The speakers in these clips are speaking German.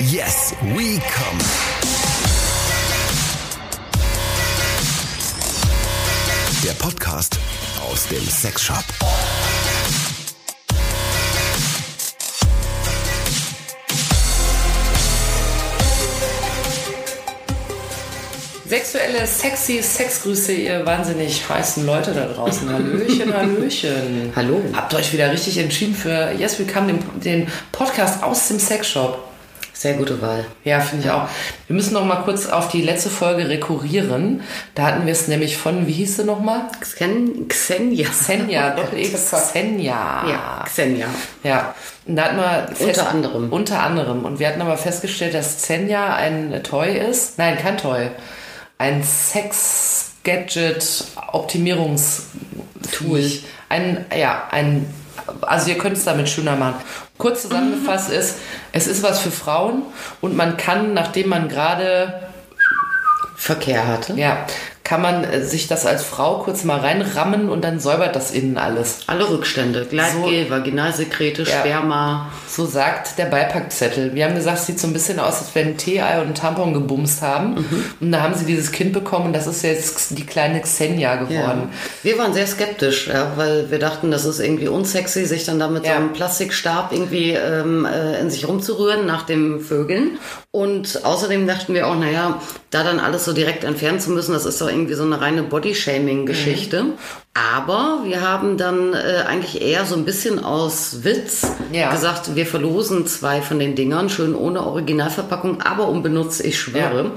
Yes, we come. Der Podcast aus dem Sexshop. Sexuelle, sexy Sexgrüße, ihr wahnsinnig heißen Leute da draußen. Hallöchen, Hallöchen. Hallo. Habt ihr euch wieder richtig entschieden für Yes, We Come, den Podcast aus dem Sexshop? Sehr gute Wahl. Ja, finde ich auch. Wir müssen noch mal kurz auf die letzte Folge rekurrieren. Da hatten wir es nämlich von, wie hieß sie nochmal? Xenia. Xenia, Doppel-X, Xenia. Ja, Xenia. Ja, und da hatten wir Unter anderem. Und wir hatten aber festgestellt, dass Xenia ein Toy ist. Nein, kein Toy. Ein Sex-Gadget-Optimierungstool. Also ihr könnt es damit schöner machen. Kurz zusammengefasst ist, es ist was für Frauen und man kann, nachdem man gerade Verkehr hatte. Ja, kann man sich das als Frau kurz mal reinrammen und dann säubert das innen alles. Alle Rückstände, Gleitgel, Vaginalsekrete, Sperma. So sagt der Beipackzettel. Wir haben gesagt, es sieht so ein bisschen aus, als wenn ein Tee-Ei und ein Tampon gebumst haben. Mhm. Und da haben sie dieses Kind bekommen und das ist jetzt die kleine Xenia geworden. Ja. Wir waren sehr skeptisch, weil wir dachten, das ist irgendwie unsexy, sich dann da mit so einem Plastikstab irgendwie in sich rumzurühren nach dem Vögeln. Und außerdem dachten wir auch, da dann alles so direkt entfernen zu müssen, das ist doch irgendwie so eine reine Body-Shaming-Geschichte. Mhm. Aber wir haben dann eigentlich eher so ein bisschen aus Witz gesagt, wir verlosen 2 von den Dingern, schön ohne Originalverpackung, aber unbenutzt, ich schwöre.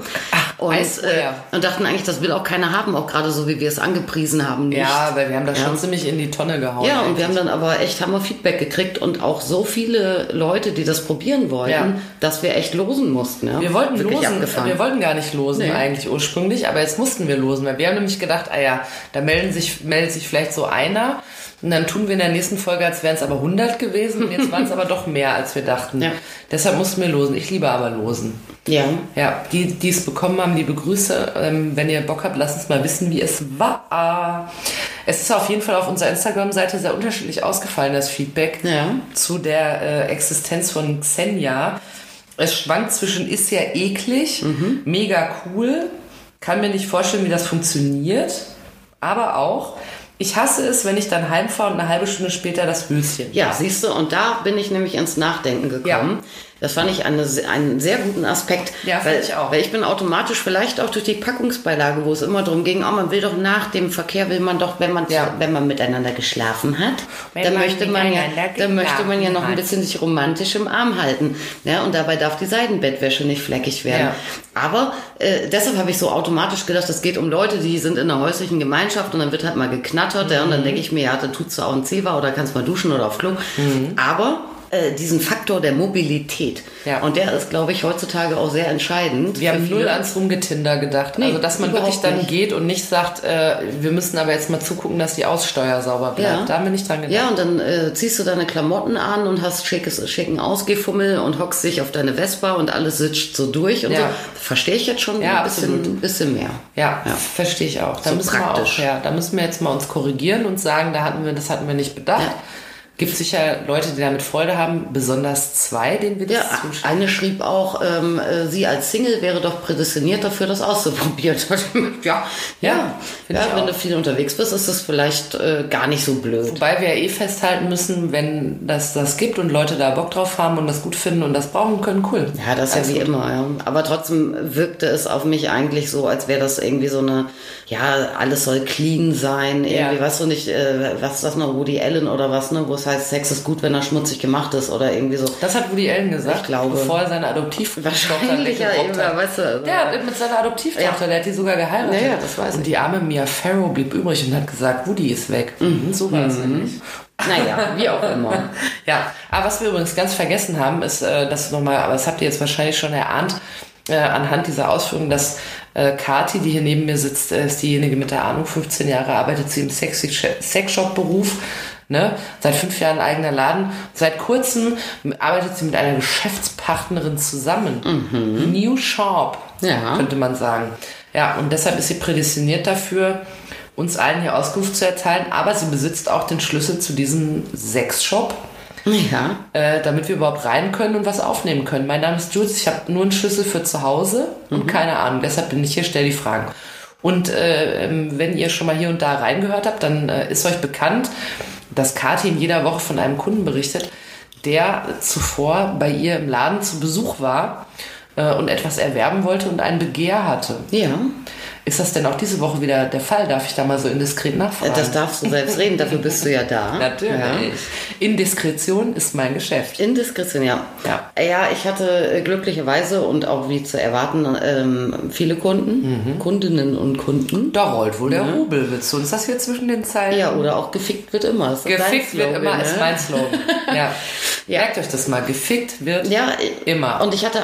Ja. Und dachten eigentlich, das will auch keiner haben, auch gerade so, wie wir es angepriesen haben. Nicht. Ja, weil wir haben das schon ziemlich in die Tonne gehauen. Ja, und wir haben dann aber echt Feedback gekriegt und auch so viele Leute, die das probieren wollten, dass wir echt losen mussten. Ja? Wir wollten wirklich losen, abgefahren. wir wollten gar nicht losen eigentlich ursprünglich, aber jetzt mussten wir losen, weil wir haben nämlich gedacht, da meldet sich vielleicht so einer und dann tun wir in der nächsten Folge, als wären es aber 100 gewesen und jetzt waren es aber doch mehr, als wir dachten. Ja. Deshalb mussten wir losen. Ich liebe aber losen. Ja. Ja, die es bekommen haben, liebe Grüße. Wenn ihr Bock habt, lasst uns mal wissen, wie es war. Es ist auf jeden Fall auf unserer Instagram-Seite sehr unterschiedlich ausgefallen, das Feedback zu der Existenz von Xenia. Es schwankt zwischen ist ja eklig, mega cool, kann mir nicht vorstellen, wie das funktioniert, aber auch ich hasse es, wenn ich dann heimfahre und eine halbe Stunde später das Höschen. Ja, siehst du, und da bin ich nämlich ins Nachdenken gekommen. Ja. Das fand ich einen sehr guten Aspekt. Ja, finde ich auch. Weil ich bin automatisch, vielleicht auch durch die Packungsbeilage, wo es immer darum ging, man will doch nach dem Verkehr, will man doch, wenn man miteinander geschlafen hat, dann möchte man ja noch ein bisschen sich romantisch im Arm halten. Ja, und dabei darf die Seidenbettwäsche nicht fleckig werden. Ja. Aber deshalb habe ich so automatisch gedacht, es geht um Leute, die sind in einer häuslichen Gemeinschaft und dann wird halt mal geknattert. Und dann denke ich mir, dann tut's auch ein Zewa oder kannst mal duschen oder auf Klo. Aber diesen Faktor der Mobilität. Ja. Und der ist, glaube ich, heutzutage auch sehr entscheidend. Wir haben null ans Rumgetinder gedacht. Nee, also, dass man wirklich dann geht und nicht sagt, wir müssen aber jetzt mal zugucken, dass die Aussteuer sauber bleibt. Ja. Da haben wir nicht dran gedacht. Ja, und dann ziehst du deine Klamotten an und hast schicken Ausgehfummel und hockst dich auf deine Vespa und alles sitzt so durch und so. Verstehe ich jetzt schon ein bisschen mehr. Ja, verstehe ich auch. Da so müssen praktisch. Da müssen wir jetzt mal uns korrigieren und sagen, das hatten wir nicht bedacht. Ja. Gibt sicher Leute, die damit Freude haben, besonders 2, denen wir das zustimmen. Eine schrieb auch, sie als Single wäre doch prädestiniert dafür, das auszuprobieren. Wenn du viel unterwegs bist, ist das vielleicht gar nicht so blöd. Wobei wir festhalten müssen, wenn das gibt und Leute da Bock drauf haben und das gut finden und das brauchen können, cool. Ja, das ist ja wie immer. Ja. Aber trotzdem wirkte es auf mich eigentlich so, als wäre das irgendwie so eine, alles soll clean sein. Irgendwie, weißt du nicht, was ist das noch, Woody Allen oder was, ne, wo es heißt, Sex ist gut, wenn er schmutzig gemacht ist oder irgendwie so. Das hat Woody Allen gesagt, ich glaube, bevor er seine Adoptivtochter weißt du, der hat mit seiner Adoptivtochter, der hat die sogar geheiratet. Ja, das weiß ich. Und die arme Mia Farrow blieb übrig und hat gesagt, Woody ist weg. So war es nämlich. Naja, wie auch immer. Ja, aber was wir übrigens ganz vergessen haben, ist, das nochmal, aber das habt ihr jetzt wahrscheinlich schon erahnt, anhand dieser Ausführungen, dass Kathi, die hier neben mir sitzt, ist diejenige mit der Ahnung, 15 Jahre arbeitet sie im Sexshop-Beruf. Ne? Seit 5 Jahren eigener Laden. Seit kurzem arbeitet sie mit einer Geschäftspartnerin zusammen. New Shop, könnte man sagen. Ja, und deshalb ist sie prädestiniert dafür, uns allen hier Auskunft zu erteilen. Aber sie besitzt auch den Schlüssel zu diesem Sexshop. damit wir überhaupt rein können und was aufnehmen können. Mein Name ist Jules, ich habe nur einen Schlüssel für zu Hause und keine Ahnung, deshalb bin ich hier, stell die Fragen. Und wenn ihr schon mal hier und da reingehört habt, dann ist euch bekannt, dass Kathi in jeder Woche von einem Kunden berichtet, der zuvor bei ihr im Laden zu Besuch war und etwas erwerben wollte und ein Begehr hatte. Ja. Ist das denn auch diese Woche wieder der Fall? Darf ich da mal so indiskret nachfragen? Das darfst du selbst reden, dafür bist du ja da. Natürlich. Ja. Indiskretion ist mein Geschäft. Indiskretion, ja. Ja, ich hatte glücklicherweise und auch wie zu erwarten viele Kunden, Kundinnen und Kunden. Da rollt wohl der Rubelwitz. Und ist das hier zwischen den Zeilen? Ja, oder auch gefickt wird immer. Gefickt wird immer ist mein Slogan. Ja. Merkt euch das mal. Gefickt wird immer. Und ich hatte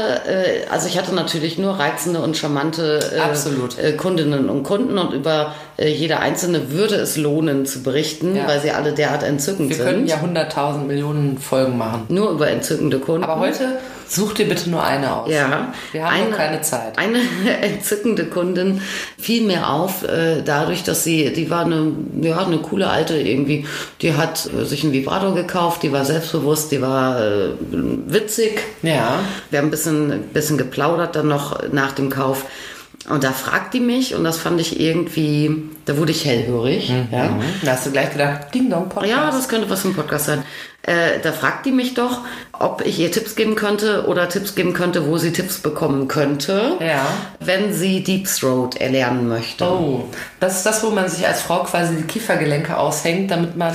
ich hatte natürlich nur reizende und charmante Kundinnen und Kunden und über jede einzelne würde es lohnen zu berichten, weil sie alle derart entzückend sind. Wir können ja 100.000 Millionen Folgen machen. Nur über entzückende Kunden. Aber heute such dir bitte nur eine aus. Ja. Wir haben noch keine Zeit. Eine entzückende Kundin fiel mir auf, dadurch, dass die war eine coole Alte irgendwie. Die hat sich einen Vibrator gekauft, die war selbstbewusst, die war witzig. Ja. Wir haben ein bisschen geplaudert dann noch nach dem Kauf. Und da fragt die mich, und das fand ich irgendwie, da wurde ich hellhörig. Ja. Da hast du gleich gedacht, Ding Dong Podcast. Ja, das könnte was für ein Podcast sein. Da fragt die mich doch, ob ich ihr Tipps geben könnte oder Tipps geben könnte, wo sie Tipps bekommen könnte, wenn sie Deep Throat erlernen möchte. Oh, das ist das, wo man sich als Frau quasi die Kiefergelenke aushängt, damit man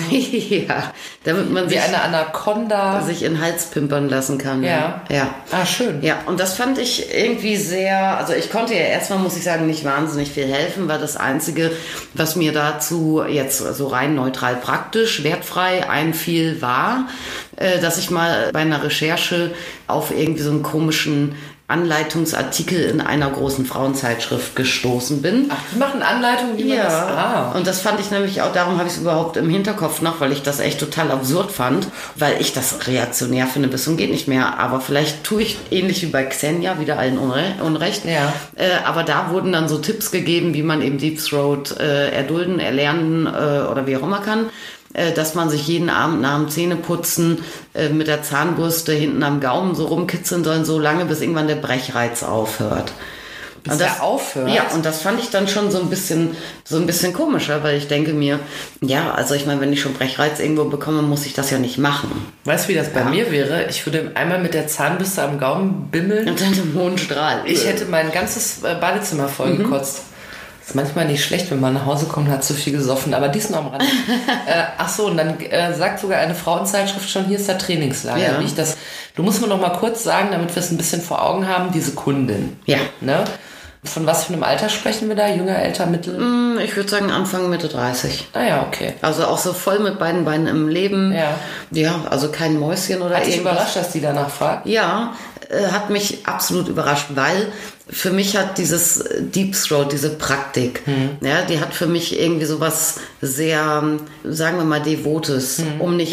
damit man wie eine Anaconda sich in den Hals pimpern lassen kann. Ja. Ah, schön. Ja, und das fand ich irgendwie sehr, also ich konnte ja erstmal, muss ich sagen, nicht wahnsinnig viel helfen, weil das Einzige, was mir dazu jetzt so rein neutral praktisch, wertfrei einfiel, war, dass ich mal bei einer Recherche auf irgendwie so einen komischen Anleitungsartikel in einer großen Frauenzeitschrift gestoßen bin. Ach, die machen Anleitungen, wie man das... Und das fand ich nämlich auch, darum habe ich es überhaupt im Hinterkopf noch, weil ich das echt total absurd fand, weil ich das reaktionär finde, bis zum geht nicht mehr. Aber vielleicht tue ich ähnlich wie bei Xenia, wieder allen Unrecht. Ja. Aber da wurden dann so Tipps gegeben, wie man eben Deep Throat erdulden, erlernen oder wie auch immer kann. Dass man sich jeden Abend nach dem Zähneputzen mit der Zahnbürste hinten am Gaumen so rumkitzeln soll, so lange, bis irgendwann der Brechreiz aufhört. Bis der aufhört? Ja, und das fand ich dann schon so ein bisschen komischer, weil ich denke mir, ja, also ich meine, wenn ich schon Brechreiz irgendwo bekomme, muss ich das ja nicht machen. Weißt du, wie das bei mir wäre? Ich würde einmal mit der Zahnbürste am Gaumen bimmeln. Und dann im hohen Strahl. Ich hätte mein ganzes Badezimmer voll gekotzt. Ist manchmal nicht schlecht, wenn man nach Hause kommt und hat zu viel gesoffen, aber dies noch am Rand. Und dann sagt sogar eine Frauenzeitschrift schon, hier ist der Trainingslager. Ja. Du musst mir noch mal kurz sagen, damit wir es ein bisschen vor Augen haben, diese Kundin. Ja. Ne? Von was für einem Alter sprechen wir da? Jünger, älter, mittel? Ich würde sagen Anfang, Mitte 30. Ah ja, okay. Also auch so voll mit beiden Beinen im Leben. Ja, also kein Mäuschen oder irgendwas. Hat dich überrascht, dass die danach fragt? Ja, hat mich absolut überrascht, weil für mich hat dieses Deep Throat, diese Praktik, die hat für mich irgendwie sowas sehr, sagen wir mal, Devotes, um nicht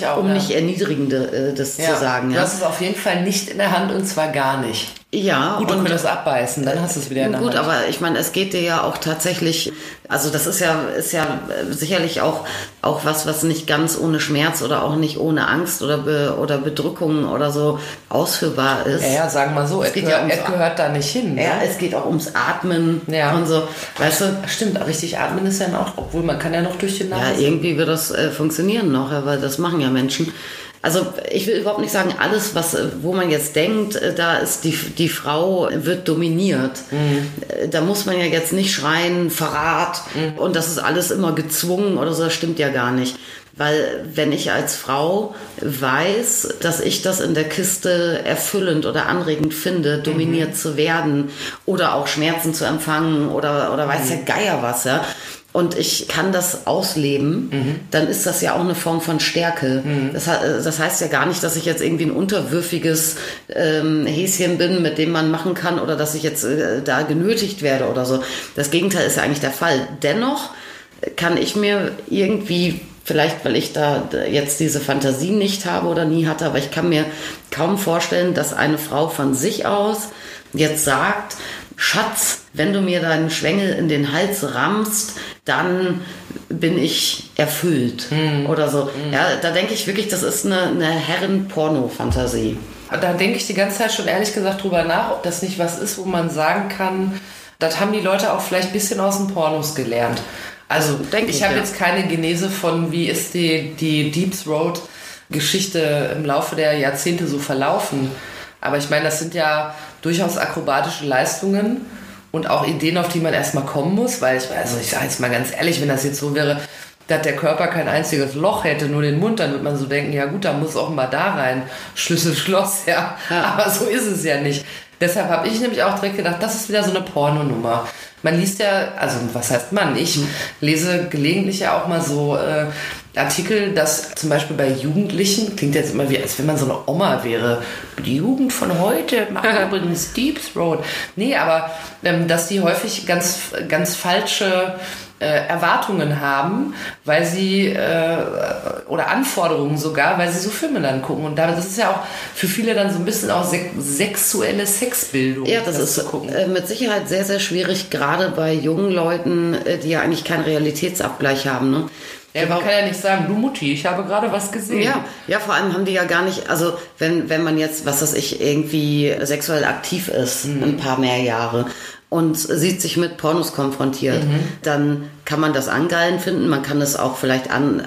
Erniedrigendes zu sagen. Du hast es auf jeden Fall nicht in der Hand, und zwar gar nicht. Ja. Gut, du könntest abbeißen, dann hast du es wieder in der Hand. Gut, aber ich meine, es geht dir ja auch tatsächlich, also das ist ja sicherlich auch was nicht ganz ohne Schmerz oder auch nicht ohne Angst oder Bedrückung oder so ausführbar ist. Ja, sagen wir so, es gehört da nicht hin. Ja, es geht auch ums Atmen und so, weißt du. Stimmt, richtig atmen ist ja noch, obwohl man kann ja noch durch die Nase. Ja, irgendwie wird das funktionieren noch, weil das machen ja Menschen. Also ich will überhaupt nicht sagen, alles, wo man jetzt denkt, da ist die Frau wird dominiert. Da muss man ja jetzt nicht schreien, Verrat und das ist alles immer gezwungen oder so, das stimmt ja gar nicht. Weil wenn ich als Frau weiß, dass ich das in der Kiste erfüllend oder anregend finde, dominiert zu werden oder auch Schmerzen zu empfangen oder weiß der Geier was, ja, und ich kann das ausleben, dann ist das ja auch eine Form von Stärke. Das heißt ja gar nicht, dass ich jetzt irgendwie ein unterwürfiges Häschen bin, mit dem man machen kann oder dass ich jetzt da genötigt werde oder so. Das Gegenteil ist ja eigentlich der Fall. Dennoch kann ich mir irgendwie, vielleicht weil ich da jetzt diese Fantasie nicht habe oder nie hatte, aber ich kann mir kaum vorstellen, dass eine Frau von sich aus jetzt sagt, Schatz, wenn du mir deinen Schwengel in den Hals rammst, dann bin ich erfüllt oder so. Ja, da denke ich wirklich, das ist eine Herren-Porno-Fantasie. Da denke ich die ganze Zeit schon ehrlich gesagt drüber nach, ob das nicht was ist, wo man sagen kann, das haben die Leute auch vielleicht ein bisschen aus den Pornos gelernt. Also ich habe jetzt keine Genese von, wie ist die Deep Throat-Geschichte im Laufe der Jahrzehnte so verlaufen. Aber ich meine, das sind ja durchaus akrobatische Leistungen und auch Ideen, auf die man erstmal kommen muss, weil ich sage jetzt mal ganz ehrlich, wenn das jetzt so wäre, dass der Körper kein einziges Loch hätte, nur den Mund, dann würde man so denken, ja gut, da muss auch mal da rein. Schlüssel, Schloss, ja. Aber so ist es ja nicht. Deshalb habe ich nämlich auch direkt gedacht, das ist wieder so eine Pornonummer. Man liest ja, also was heißt man? Ich lese gelegentlich ja auch mal so Artikel, dass zum Beispiel bei Jugendlichen, klingt jetzt immer wie, als wenn man so eine Oma wäre. Die Jugend von heute macht übrigens Deep Throat. Nee, aber dass die häufig ganz, ganz falsche Erwartungen haben, weil sie oder Anforderungen sogar, weil sie so Filme dann gucken. Und das ist ja auch für viele dann so ein bisschen auch sexuelle Sexbildung. Ja, das ist mit Sicherheit sehr, sehr schwierig, gerade bei jungen Leuten, die ja eigentlich keinen Realitätsabgleich haben. Ne? Ja, man kann ja nicht sagen, du Mutti, ich habe gerade was gesehen. Ja, vor allem haben die ja gar nicht, also wenn man jetzt, was weiß ich, irgendwie sexuell aktiv ist, ein paar mehr Jahre und sieht sich mit Pornos konfrontiert, dann kann man das angeilen finden, man kann es auch vielleicht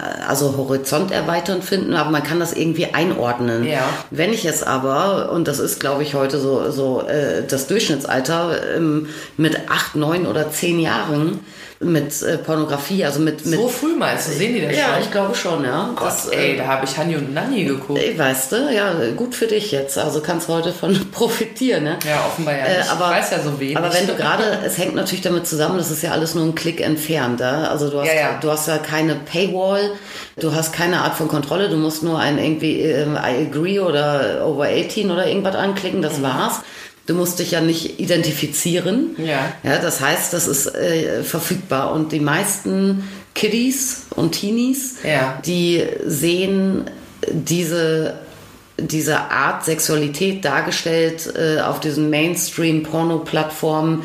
Horizont erweitern finden, aber man kann das irgendwie einordnen. Ja. Wenn ich es aber, und das ist glaube ich heute so das Durchschnittsalter, mit 8, 9 oder 10 Jahren, mit Pornografie, also mit so früh meinst du, sehen die das schon? Ja, ich glaube schon, ja. Gott, da habe ich Hanni und Nanni geguckt. Weißt du, ja, gut für dich jetzt, also kannst heute von profitieren, ne? Ja, offenbar ja nicht. Aber, ich weiß ja so wenig. Aber wenn du gerade, es hängt natürlich damit zusammen, das ist ja alles nur ein Klick entfernt, ja? Also du hast ja keine Paywall, du hast keine Art von Kontrolle, du musst nur ein irgendwie I agree oder over 18 oder irgendwas anklicken, das war's. Du musst dich ja nicht identifizieren. Ja, das heißt, das ist verfügbar. Und die meisten Kiddies und Teenies, die sehen diese Art Sexualität dargestellt auf diesen Mainstream-Porno-Plattformen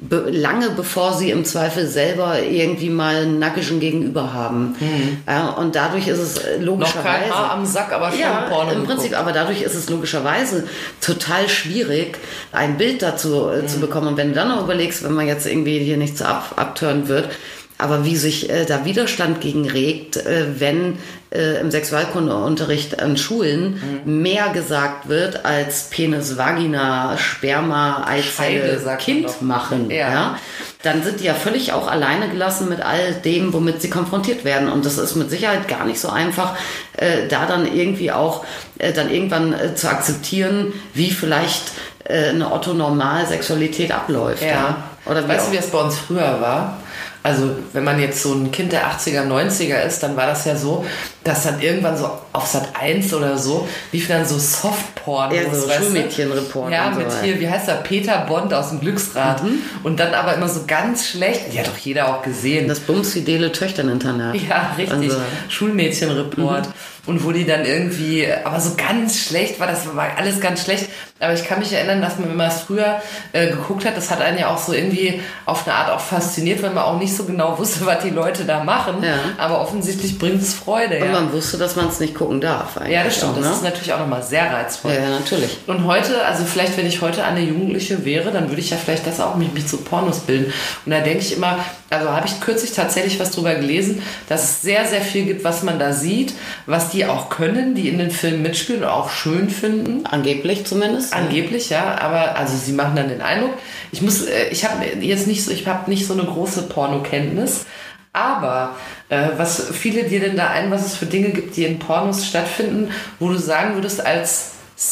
lange bevor sie im Zweifel selber irgendwie mal einen nackigen Gegenüber haben. Ja, und dadurch ist es logischerweise... Noch kein Haar am Sack, aber schon Porno im Prinzip, aber dadurch ist es logischerweise total schwierig, ein Bild dazu zu bekommen. Und wenn du dann noch überlegst, wenn man jetzt irgendwie hier nichts abtören wird, aber wie sich da Widerstand gegen regt, wenn im Sexualkundeunterricht an Schulen mehr gesagt wird als Penis, Vagina, Sperma, Eizelle, Kind machen, dann sind die ja völlig auch alleine gelassen mit all dem, womit sie konfrontiert werden. Und das ist mit Sicherheit gar nicht so einfach, da dann irgendwie auch dann irgendwann zu akzeptieren, wie vielleicht eine Otto-Normal-Sexualität abläuft. Ja. Oder weißt du, wie es bei uns früher war? Also wenn man jetzt so ein Kind der 80er, 90er ist, dann war das ja so, dass dann irgendwann so auf Sat 1 oder so lief dann so Softporn. Ja, so Schulmädchenreport. Ja, mit hier, wie heißt der, Peter Bond aus dem Glücksrad. Und dann aber immer so ganz schlecht, die hat doch jeder auch gesehen. Das bumsfidele Töchterninternat. Ja, richtig. Also. Schulmädchenreport. Und wo die dann irgendwie, aber so ganz schlecht war, das war alles ganz schlecht. Aber ich kann mich erinnern, dass man, wenn man es früher geguckt hat, das hat einen ja auch so irgendwie auf eine Art auch fasziniert, weil man auch nicht so genau wusste, was die Leute da machen. Ja. Aber offensichtlich bringt es Freude. Und man wusste, dass man es nicht gucken darf. Ja, das stimmt. Auch, ne? Das ist natürlich auch nochmal sehr reizvoll. Ja, natürlich. Und heute, also vielleicht, wenn ich heute eine Jugendliche wäre, dann würde ich ja vielleicht das auch mich zu Pornos bilden. Und da denke ich immer, also habe ich kürzlich tatsächlich was drüber gelesen, dass es sehr, sehr viel gibt, was man da sieht, was die auch können, die in den Filmen mitspielen und auch schön finden. Angeblich zumindest. Angeblich, ja, aber also sie machen dann den Eindruck. Ich habe nicht so eine große Pornokenntnis, aber was fiele dir denn da ein, was es für Dinge gibt, die in Pornos stattfinden, wo du sagen würdest als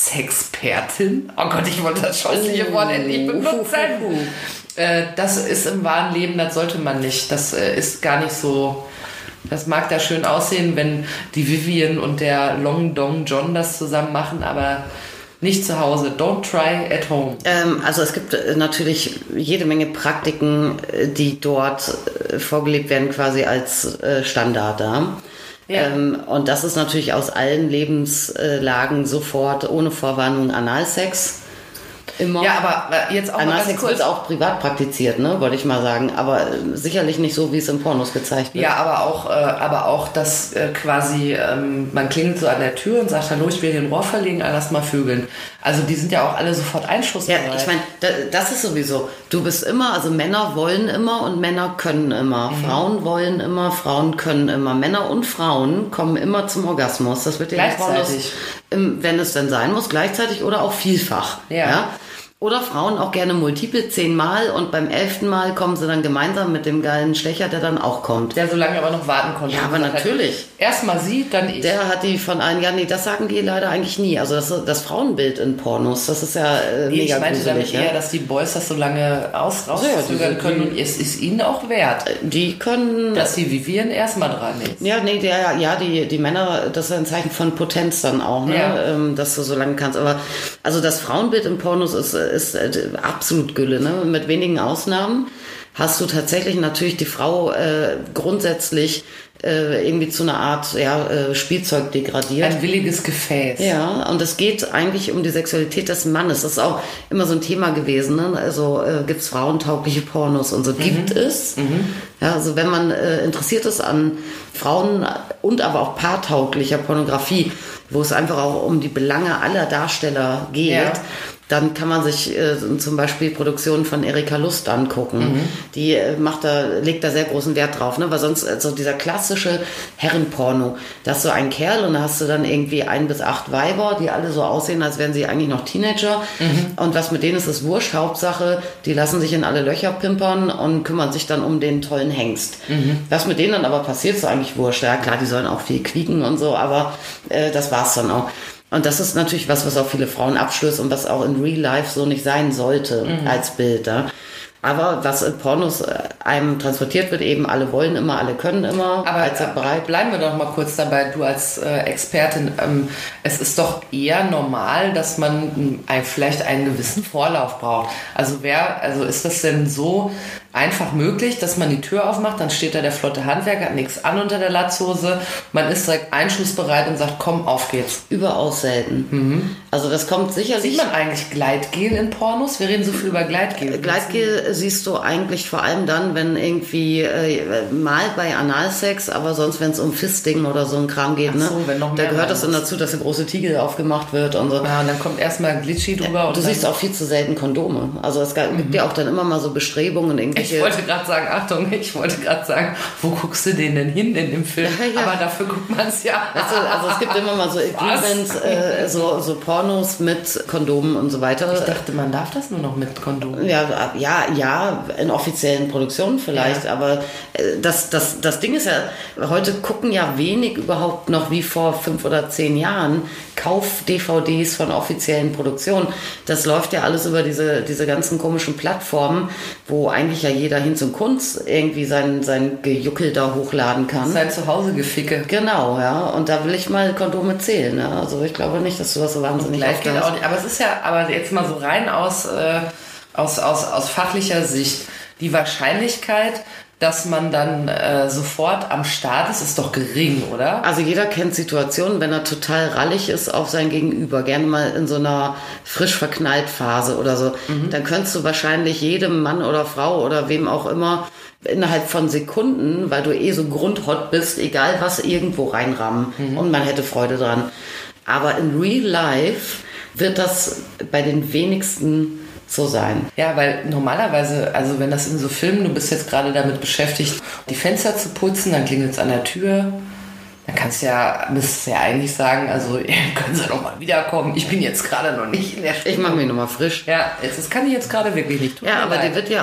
Sexpertin, oh Gott, ich wollte das scheußliche Wort endlich benutzen. Das ist im wahren Leben, das sollte man nicht. Das ist gar nicht so. Das mag da schön aussehen, wenn die Vivian und der Long Dong John das zusammen machen, aber nicht zu Hause. Don't try at home. Also es gibt natürlich jede Menge Praktiken, die dort vorgelebt werden, quasi als Standard da. Ja. Und das ist natürlich aus allen Lebenslagen sofort ohne Vorwarnung Analsex. Immer. Ja, aber jetzt auch mal ganz Analsex kurz. wird auch privat praktiziert, ne, wollte ich mal sagen. Aber sicherlich nicht so, wie es in Pornos gezeigt wird. Ja, aber auch, dass quasi man klingelt so an der Tür und sagt, hallo, ich will hier ein Rohr verlegen, lass mal vögeln. Also die sind ja auch alle sofort einschussbereit. Ja, ich meine, das ist sowieso. Du bist immer, also Männer wollen immer und Männer können immer. Frauen wollen immer, Frauen können immer. Männer und Frauen kommen immer zum Orgasmus. Das wird ja in Pornos, wenn es denn sein muss, gleichzeitig oder auch vielfach. Ja? Oder Frauen auch gerne multiple 10-mal und beim 11. Mal kommen sie dann gemeinsam mit dem geilen Stecher, der dann auch kommt. Der so lange aber noch warten konnte. Ja, aber natürlich. Erstmal sie, dann ich. Der hat die von allen, ja nee, das sagen die leider eigentlich nie. Also das Frauenbild in Pornos, das ist ja mega ich meinte gruselig. damit eher, dass die Boys das so lange rauszögern können und es ist ihnen auch wert. Die können... Dass die Vivian erstmal dran ist. Ja, nee, die Männer, das ist ein Zeichen von Potenz dann auch, ne? Ja. Dass du so lange kannst. Aber also das Frauenbild in Pornos ist absolut Gülle, ne? Mit wenigen Ausnahmen hast du tatsächlich natürlich die Frau grundsätzlich irgendwie zu einer Art Spielzeug degradiert. Ein williges Gefäß. Ja, und es geht eigentlich um die Sexualität des Mannes. Das ist auch immer so ein Thema gewesen. Ne? Also gibt es frauentaugliche Pornos und so. Gibt es. Ja, also wenn man interessiert ist an Frauen und aber auch paartauglicher Pornografie, wo es einfach auch um die Belange aller Darsteller geht, dann kann man sich zum Beispiel Produktionen von Erika Lust angucken. Die legt da sehr großen Wert drauf, ne? Weil sonst so dieser klassische Herrenporno, da hast du einen Kerl und da hast du dann irgendwie 1 bis 8 Weiber, die alle so aussehen, als wären sie eigentlich noch Teenager. Und was mit denen ist wurscht. Hauptsache, die lassen sich in alle Löcher pimpern und kümmern sich dann um den tollen Hengst. Was mit denen dann aber passiert, ist eigentlich wurscht. Ja klar, die sollen auch viel quieken und so, aber das war's dann auch. Und das ist natürlich was auch viele Frauen abstößt und was auch in Real Life so nicht sein sollte als Bild. Ja. Aber was in Pornos einem transportiert wird, eben alle wollen immer, alle können immer. Aber bereit. bleiben wir doch mal kurz dabei, du als Expertin. Es ist doch eher normal, dass man vielleicht einen gewissen Vorlauf braucht. Also ist das denn so einfach möglich, dass man die Tür aufmacht, dann steht da der flotte Handwerker, hat nichts an unter der Latzhose, man ist direkt einschussbereit und sagt, komm, auf geht's. Überaus selten. Also das kommt sicherlich... Sieht man eigentlich Gleitgel in Pornos? Wir reden so viel über Gleitgel. Gleitgel siehst du eigentlich vor allem dann, wenn irgendwie mal bei Analsex, aber sonst, wenn es um Fisting oder so ein Kram geht, ne? Wenn noch mehr da gehört das dann dazu, dass der große Tiegel aufgemacht wird und so. Ja, und dann kommt erstmal Glitchy drüber. Du siehst auch viel zu selten Kondome. Also es gibt ja auch dann immer mal so Bestrebungen, irgendwelche... Ich wollte gerade sagen, wo guckst du den denn hin in dem Film? Ja. Aber dafür guckt man es ja. Also es gibt immer mal so Agreements, so Pornos mit Kondomen und so weiter. Ich dachte, man darf das nur noch mit Kondomen. Ja, in offiziellen Produktionen vielleicht, aber das Ding ist ja, heute gucken ja wenig überhaupt noch wie vor 5 oder 10 Jahren Kauf-DVDs von offiziellen Produktionen. Das läuft ja alles über diese ganzen komischen Plattformen, wo eigentlich ja jeder hin zum Kunst irgendwie sein Gejuckel da hochladen kann. Sein Zuhause-Geficke. Genau, ja. Und da will ich mal Kondome zählen. Ja? Also ich glaube nicht, dass du das so wahnsinnig oft hast. Aber es ist ja, aber jetzt mal so rein aus fachlicher Sicht, die Wahrscheinlichkeit, dass man dann sofort am Start ist doch gering, oder? Also jeder kennt Situationen, wenn er total rallig ist auf sein Gegenüber, gerne mal in so einer frisch verknallt Phase oder so, dann könntest du wahrscheinlich jedem Mann oder Frau oder wem auch immer innerhalb von Sekunden, weil du so grundhot bist, egal was, irgendwo reinrammen und man hätte Freude dran. Aber in Real Life wird das bei den wenigsten so sein. Ja, weil normalerweise, also wenn das in so Filmen, du bist jetzt gerade damit beschäftigt, die Fenster zu putzen, dann klingelt es an der Tür, dann müsstest du ja eigentlich sagen, also können Sie doch mal wiederkommen, ich bin jetzt gerade noch nicht in der Stunde. Ich mache mich nochmal frisch. Ja, das kann ich jetzt gerade wirklich nicht tun. Ja, aber die wird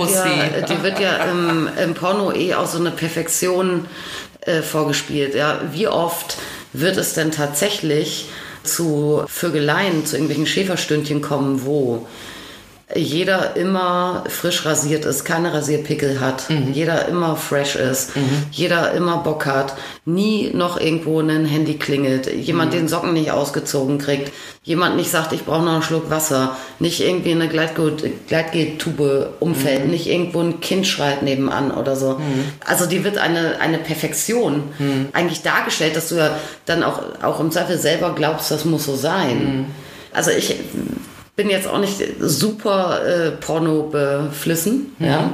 ja im Porno auch so eine Perfektion vorgespielt. Ja, wie oft wird es denn tatsächlich zu Vögeleien, zu irgendwelchen Schäferstündchen kommen, wo jeder immer frisch rasiert ist, keine Rasierpickel hat, jeder immer fresh ist, jeder immer Bock hat, nie noch irgendwo ein Handy klingelt, jemand den Socken nicht ausgezogen kriegt, jemand nicht sagt, ich brauche noch einen Schluck Wasser, nicht irgendwie eine Gleitgeltube umfällt, nicht irgendwo ein Kind schreit nebenan oder so. Also die wird eine Perfektion eigentlich dargestellt, dass du ja dann auch im Zweifel selber glaubst, das muss so sein. Also bin jetzt auch nicht super Porno beflissen, ja.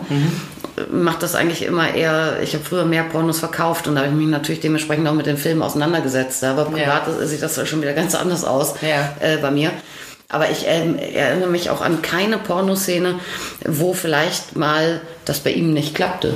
Mache das eigentlich immer eher, ich habe früher mehr Pornos verkauft und da habe ich mich natürlich dementsprechend auch mit den Filmen auseinandergesetzt, aber privat sieht das schon wieder ganz anders aus bei mir. Aber ich erinnere mich auch an keine Pornoszene, wo vielleicht mal das bei ihm nicht klappte.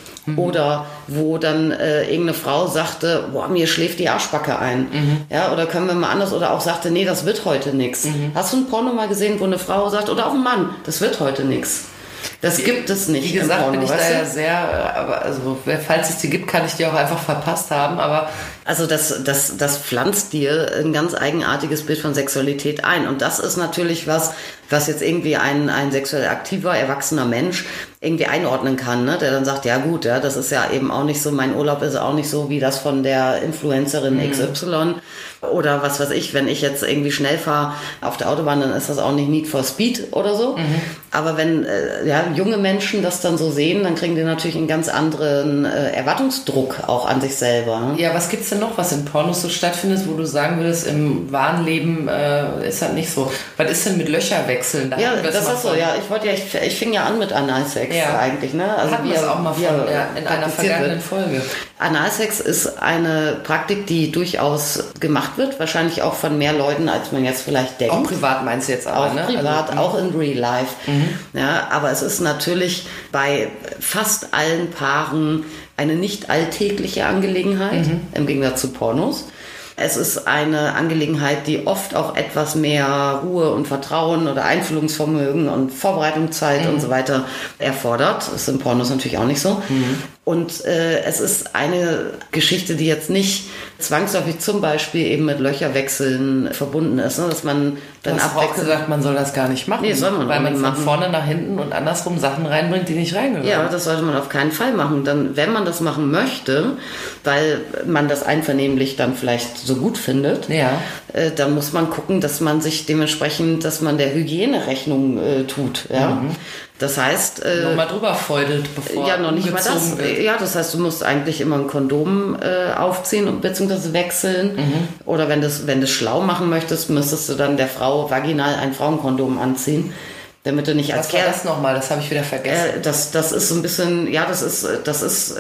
Oder wo dann irgendeine Frau sagte, boah, mir schläft die Arschbacke ein. Ja, oder können wir mal anders, oder auch sagte, nee, das wird heute nix. Hast du ein Porno mal gesehen, wo eine Frau sagt, oder auch ein Mann, das wird heute nix? Das gibt es nicht. Wie gesagt, im Porno, bin ich da ja sehr, aber also, falls es die gibt, kann ich die auch einfach verpasst haben, aber... Also das pflanzt dir ein ganz eigenartiges Bild von Sexualität ein. Und das ist natürlich was jetzt irgendwie ein sexuell aktiver, erwachsener Mensch irgendwie einordnen kann, ne? Der dann sagt, ja gut, ja, das ist ja eben auch nicht so, mein Urlaub ist auch nicht so wie das von der Influencerin XY. Oder was weiß ich, wenn ich jetzt irgendwie schnell fahre auf der Autobahn, dann ist das auch nicht Need for Speed oder so. Aber wenn junge Menschen das dann so sehen, dann kriegen die natürlich einen ganz anderen Erwartungsdruck auch an sich selber. Ne? Ja, was gibt's denn noch, was in Pornos so stattfindet, wo du sagen würdest, im wahren Leben ist das nicht so? Was ist denn mit Löcherwechseln? Da das ist so, ja. Ich fing ja an mit Analsex eigentlich, ne? Also hatten wir es auch mal in einer vergangenen Folge. Analsex ist eine Praktik, die durchaus gemacht wird, wahrscheinlich auch von mehr Leuten, als man jetzt vielleicht denkt. Auch privat meinst du jetzt aber, auch ne? Privat, also, auch in Real Life. Ja, aber es ist natürlich bei fast allen Paaren eine nicht alltägliche Angelegenheit, im Gegensatz zu Pornos. Es ist eine Angelegenheit, die oft auch etwas mehr Ruhe und Vertrauen oder Einfühlungsvermögen und Vorbereitungszeit und so weiter erfordert. Das ist in Pornos natürlich auch nicht so. Und es ist eine Geschichte, die jetzt nicht zwangsläufig zum Beispiel eben mit Löcherwechseln verbunden ist, ne? Dass man dann abwechselt. Du hast auch gesagt, man soll das gar nicht machen, nee, soll man weil man von machen. Vorne nach hinten und andersrum Sachen reinbringt, die nicht reingehören. Ja, das sollte man auf keinen Fall machen. Dann, wenn man das machen möchte, weil man das einvernehmlich dann vielleicht so gut findet, dann muss man gucken, dass man sich dementsprechend, dass man der Hygiene Rechnung tut. Ja? Das heißt... nochmal drüber feudelt, bevor ja, noch nicht mal das. wird. Ja, das heißt, du musst eigentlich immer ein Kondom aufziehen bzw. wechseln. Oder wenn du es schlau machen möchtest, müsstest du dann der Frau vaginal ein Frauenkondom anziehen. Damit du nicht als Kerl... Was war das nochmal? Das habe ich wieder vergessen. Das ist so ein bisschen... Ja, das ist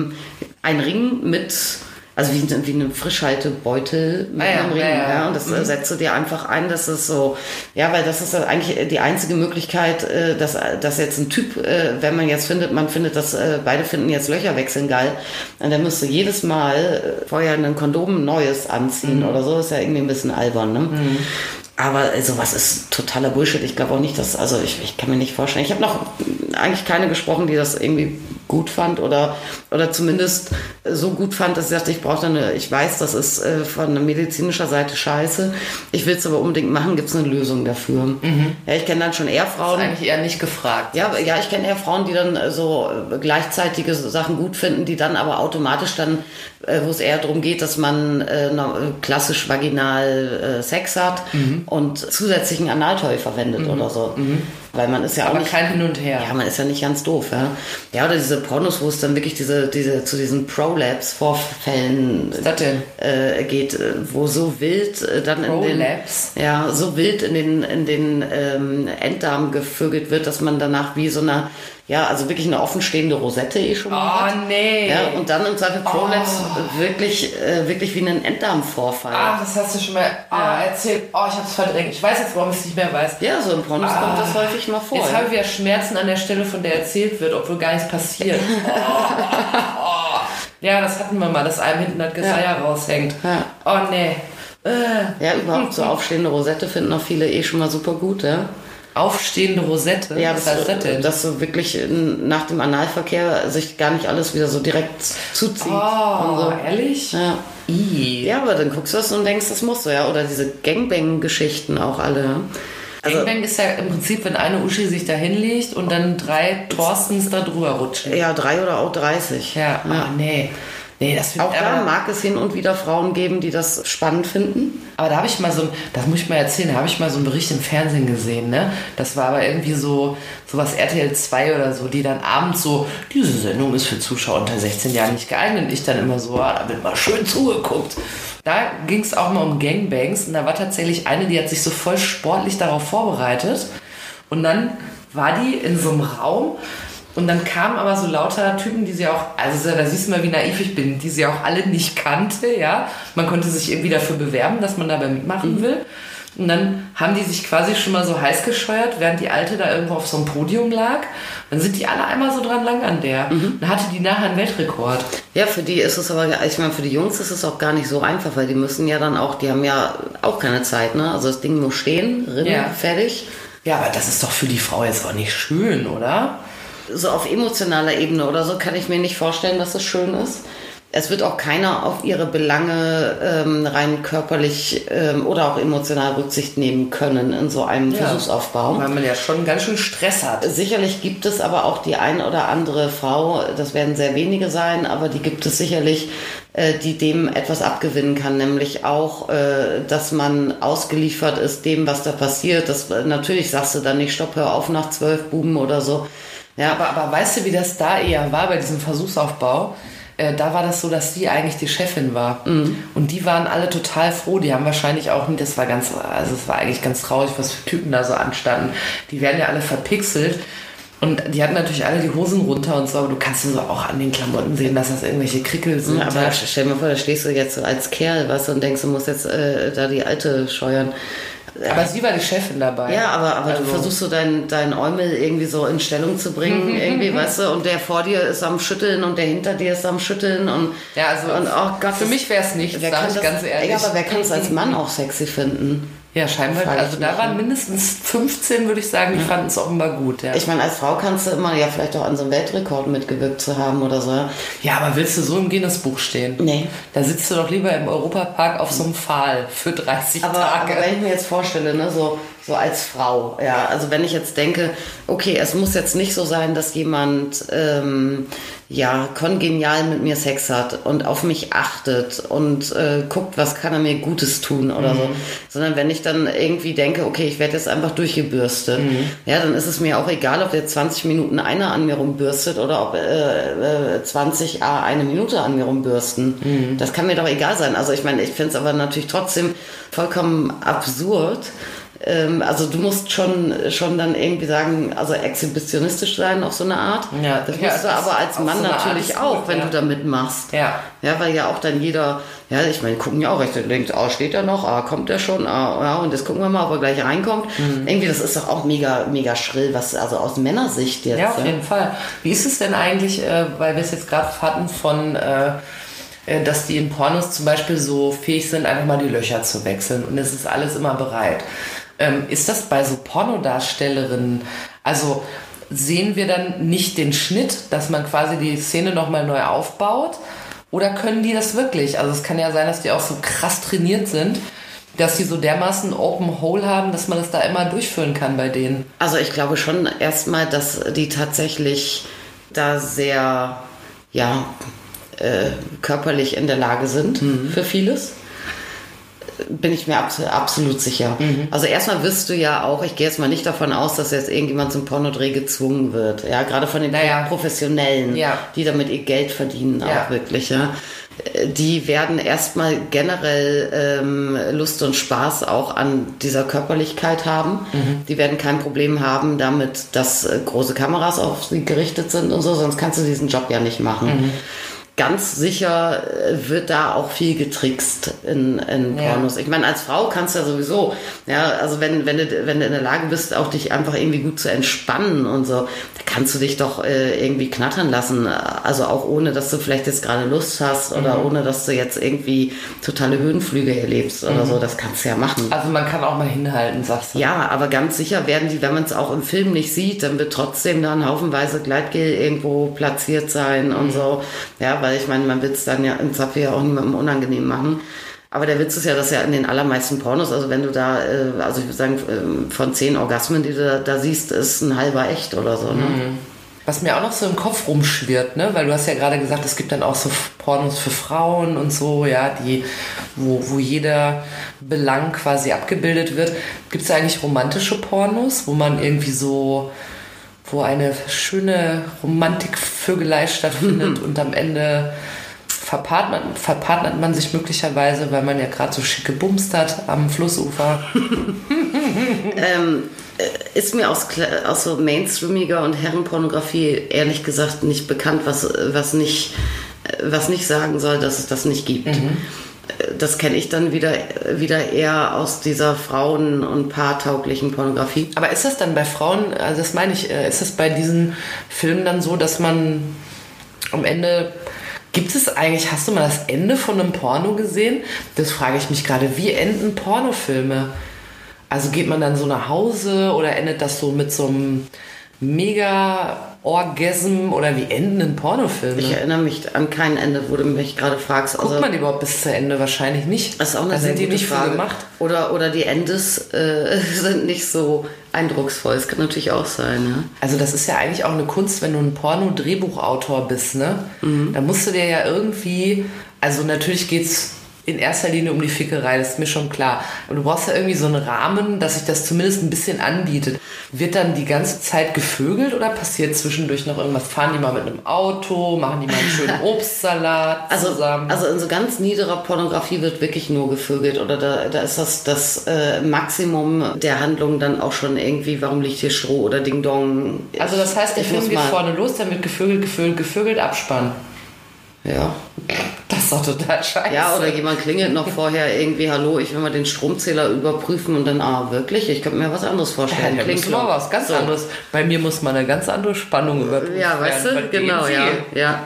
ein Ring mit... Also wie eine Frischhaltebeutel mit einem Ring. Ja. Und das setzt du dir einfach ein, dass es so, ja, weil das ist eigentlich die einzige Möglichkeit, dass jetzt ein Typ, wenn man jetzt findet, dass beide finden jetzt Löcherwechseln geil, dann müsste jedes Mal vorher ein Kondom Neues anziehen oder so, ist ja irgendwie ein bisschen albern, ne? Aber sowas ist totaler Bullshit. Ich glaube auch nicht, dass, also ich kann mir nicht vorstellen. Ich habe noch eigentlich keine gesprochen, die das irgendwie gut fand oder zumindest so gut fand, dass sie sagte, ich weiß, das ist von medizinischer Seite scheiße. Ich will es aber unbedingt machen, gibt es eine Lösung dafür. Ja, ich kenne dann schon eher Frauen. Das ist eigentlich eher nicht gefragt. Ja, ich kenne eher Frauen, die dann so gleichzeitige Sachen gut finden, die dann aber automatisch dann, wo es eher darum geht, dass man klassisch vaginal Sex hat und zusätzlichen Analtoy verwendet oder so. Weil man ist ja aber auch nicht... kein Hin und Her. Ja, man ist ja nicht ganz doof, ja. Ja, oder diese Pornos, wo es dann wirklich zu diesen Prolapse-Vorfällen geht, wo so wild dann so wild in den Enddarm gevögelt wird, dass man danach wie so eine, ja, also wirklich eine offenstehende Rosette schon mal hat. Nee. Ja, und dann im Zweifel Prolapse wirklich wie einen Enddarmvorfall. Das hast du schon mal erzählt. Ich hab's verdrängt. Ich weiß jetzt, warum ich es nicht mehr weiß. Ja, so im Pornos kommt das häufig mal vor. Jetzt habe ich wieder Schmerzen an der Stelle, von der erzählt wird, obwohl gar nichts passiert. Ja, das hatten wir mal, dass einem hinten das Geseier raushängt. Ja. Oh, nee. Ja, überhaupt so aufstehende Rosette finden auch viele schon mal super gut, ja. Aufstehende Rosette? Ja, dass so wirklich nach dem Analverkehr sich gar nicht alles wieder so direkt zuzieht. Und so. Ehrlich? Ja. Ja, aber dann guckst du das und denkst, das muss so, ja. Oder diese Gangbang-Geschichten auch alle. Also, Gangbang ist ja im Prinzip, wenn eine Uschi sich da hinlegt und dann 3 Thorstens da drüber rutschen. Ja, 3 oder auch 30. Ja. Nee, das auch da mag es hin und wieder Frauen geben, die das spannend finden. Aber da habe ich mal das muss ich mal erzählen, da habe ich mal so einen Bericht im Fernsehen gesehen, ne? Das war aber irgendwie so was RTL 2 oder so, die dann abends so, diese Sendung ist für Zuschauer unter 16 Jahren nicht geeignet. Und ich dann immer so, da wird mal schön zugeguckt. Da ging es auch mal um Gangbangs und da war tatsächlich eine, die hat sich so voll sportlich darauf vorbereitet und dann war die in so einem Raum und dann kamen aber so lauter Typen, die sie auch, also da siehst du mal, wie naiv ich bin, die sie auch alle nicht kannte, ja. Man konnte sich irgendwie dafür bewerben, dass man dabei mitmachen will. Und dann haben die sich quasi schon mal so heiß gescheuert, während die Alte da irgendwo auf so einem Podium lag. Dann sind die alle einmal so dran lang an der. Dann hatte die nachher einen Weltrekord. Ja, für die ist es aber, ich meine, für die Jungs ist es auch gar nicht so einfach, weil die müssen ja dann auch, die haben ja auch keine Zeit, ne? Also das Ding muss stehen, fertig. Ja, aber das ist doch für die Frau jetzt auch nicht schön, oder? So auf emotionaler Ebene oder so kann ich mir nicht vorstellen, dass es schön ist. Es wird auch keiner auf ihre Belange rein körperlich oder auch emotional Rücksicht nehmen können in so einem Versuchsaufbau. Weil man ja schon ganz schön Stress hat. Sicherlich gibt es aber auch die ein oder andere Frau, das werden sehr wenige sein, aber die gibt es sicherlich, die dem etwas abgewinnen kann, nämlich auch, dass man ausgeliefert ist dem, was da passiert. Das, natürlich sagst du dann nicht, stopp, hör auf nach 12 Buben oder so. Ja, aber weißt du, wie das da eher war bei diesem Versuchsaufbau? Da war das so, dass die eigentlich die Chefin war. Und die waren alle total froh. Die haben wahrscheinlich auch nicht, es war eigentlich ganz traurig, was für Typen da so anstanden. Die werden ja alle verpixelt. Und die hatten natürlich alle die Hosen runter und so, aber du kannst so auch an den Klamotten sehen, dass das irgendwelche Krickel sind. Ja, aber stell dir mal vor, da stehst du jetzt als Kerl, weißt du, und denkst, du musst jetzt da die Alte scheuern. Aber sie war die Chefin dabei. Ja, aber also, du versuchst so dein Eumel irgendwie so in Stellung zu bringen, irgendwie, weißt du, und der vor dir ist am Schütteln und der hinter dir ist am Schütteln und ja, also und, oh Gott, für mich wäre es nichts, sag ich ganz ehrlich. Ja, aber wer kann es als Mann auch sexy finden? Ja, scheinbar. Also da waren mindestens 15, würde ich sagen, die fanden es offenbar gut. Ja. Ich meine, als Frau kannst du immer ja vielleicht auch an so einem Weltrekord mitgewirkt zu haben oder so. Ja, aber willst du so im Guinness-Buch stehen? Nee. Da sitzt du doch lieber im Europapark auf so einem Pfahl für 30 Tage. Aber wenn ich mir jetzt vorstelle, ne, so als Frau, ja, also wenn ich jetzt denke, okay, es muss jetzt nicht so sein, dass jemand kongenial mit mir Sex hat und auf mich achtet und guckt, was kann er mir Gutes tun oder so, sondern wenn ich dann irgendwie denke, okay, ich werde jetzt einfach durchgebürstet, ja, dann ist es mir auch egal, ob jetzt 20 Minuten einer an mir rumbürstet oder ob 20 eine Minute an mir rumbürsten. Das kann mir doch egal sein. Also ich meine, ich finde es aber natürlich trotzdem vollkommen absurd. Also du musst schon dann irgendwie sagen, also exhibitionistisch sein auf so eine Art. Ja, das musst du aber als Mann so natürlich auch, wenn du da mitmachst. Ja. Ja, weil ja auch dann jeder, ja, ich meine, gucken ja auch recht, denkt, steht er noch, kommt er schon, ja, und jetzt gucken wir mal, ob er gleich reinkommt. Irgendwie, das ist doch auch mega, mega schrill, was, also aus Männersicht jetzt. Ja, auf jeden Fall. Wie ist es denn eigentlich, weil wir es jetzt gerade hatten von dass die in Pornos zum Beispiel so fähig sind, einfach mal die Löcher zu wechseln und es ist alles immer bereit. Ist das bei so Pornodarstellerinnen, also sehen wir dann nicht den Schnitt, dass man quasi die Szene nochmal neu aufbaut? Oder können die das wirklich? Also es kann ja sein, dass die auch so krass trainiert sind, dass die so dermaßen Open Hole haben, dass man das da immer durchführen kann bei denen. Also ich glaube schon erstmal, dass die tatsächlich da sehr, körperlich in der Lage sind für vieles. Bin ich mir absolut sicher. Also erstmal wirst du ja auch, ich gehe jetzt mal nicht davon aus, dass jetzt irgendjemand zum Pornodreh gezwungen wird. Ja, gerade von den Professionellen, die damit ihr Geld verdienen auch wirklich. Ja. Die werden erstmal generell Lust und Spaß auch an dieser Körperlichkeit haben. Die werden kein Problem haben damit, dass große Kameras auf sie gerichtet sind und so, sonst kannst du diesen Job ja nicht machen. Ganz sicher wird da auch viel getrickst in Pornos. Ich meine, als Frau kannst du ja sowieso, also wenn du in der Lage bist, auch dich einfach irgendwie gut zu entspannen und so, da kannst du dich doch irgendwie knattern lassen. Also auch ohne, dass du vielleicht jetzt gerade Lust hast oder ohne, dass du jetzt irgendwie totale Höhenflüge erlebst oder so. Das kannst du ja machen. Also man kann auch mal hinhalten, sagst du. Ja, aber ganz sicher werden die, wenn man es auch im Film nicht sieht, dann wird trotzdem dann haufenweise Gleitgel irgendwo platziert sein und so. Ja, weil ich meine, man will es dann ja im Zweifel ja auch niemandem unangenehm machen. Aber der Witz ist ja, dass ja in den allermeisten Pornos, also wenn du da, also ich würde sagen, von 10 Orgasmen, die du da siehst, ist ein halber echt oder so. Ne? Was mir auch noch so im Kopf rumschwirrt, ne? Weil du hast ja gerade gesagt, es gibt dann auch so Pornos für Frauen und so, ja, wo jeder Belang quasi abgebildet wird. Gibt es eigentlich romantische Pornos, wo man irgendwie so, wo eine schöne Romantikvögelei stattfindet und am Ende verpartnert man sich möglicherweise, weil man ja gerade so schick gebumst hat am Flussufer. Ist mir aus so mainstreamiger und Herrenpornografie ehrlich gesagt nicht bekannt, was nicht sagen soll, dass es das nicht gibt. Das kenne ich dann wieder eher aus dieser frauen- und paartauglichen Pornografie. Aber ist das dann bei Frauen, also das meine ich, ist das bei diesen Filmen dann so, dass man am Ende, gibt es eigentlich, hast du mal das Ende von einem Porno gesehen? Das frage ich mich gerade, wie enden Pornofilme? Also geht man dann so nach Hause oder endet das so mit so einem Mega-Orgasm oder wie enden denn Pornofilme? Ich erinnere mich an kein Ende, wo du mich gerade fragst. Guckt man die überhaupt bis zu Ende? Wahrscheinlich nicht. Das ist auch eine sehr gute Frage. Gemacht. Oder die Endes sind nicht so eindrucksvoll. Das kann natürlich auch sein. Ja? Also das ist ja eigentlich auch eine Kunst, wenn du ein Porno-Drehbuchautor bist, ne? Da musst du dir ja irgendwie, also natürlich geht's in erster Linie um die Fickerei, das ist mir schon klar. Aber du brauchst ja irgendwie so einen Rahmen, dass sich das zumindest ein bisschen anbietet. Wird dann die ganze Zeit gevögelt oder passiert zwischendurch noch irgendwas? Fahren die mal mit einem Auto? Machen die mal einen schönen Obstsalat zusammen? Also in so ganz niederer Pornografie wird wirklich nur gevögelt. Oder da ist das Maximum der Handlung dann auch schon irgendwie, warum liegt hier Stroh oder Ding Dong. Also das heißt, der Film geht vorne los, dann wird gevögelt, Abspann. Ja. Das ist doch total scheiße. Ja, oder jemand klingelt noch vorher irgendwie, hallo, ich will mal den Stromzähler überprüfen und dann, wirklich? Ich könnte mir was anderes vorstellen. Ja, klingt mal was ganz anderes. Bei mir muss man eine ganz andere Spannung überprüfen. Ja, weißt du? Genau, ja.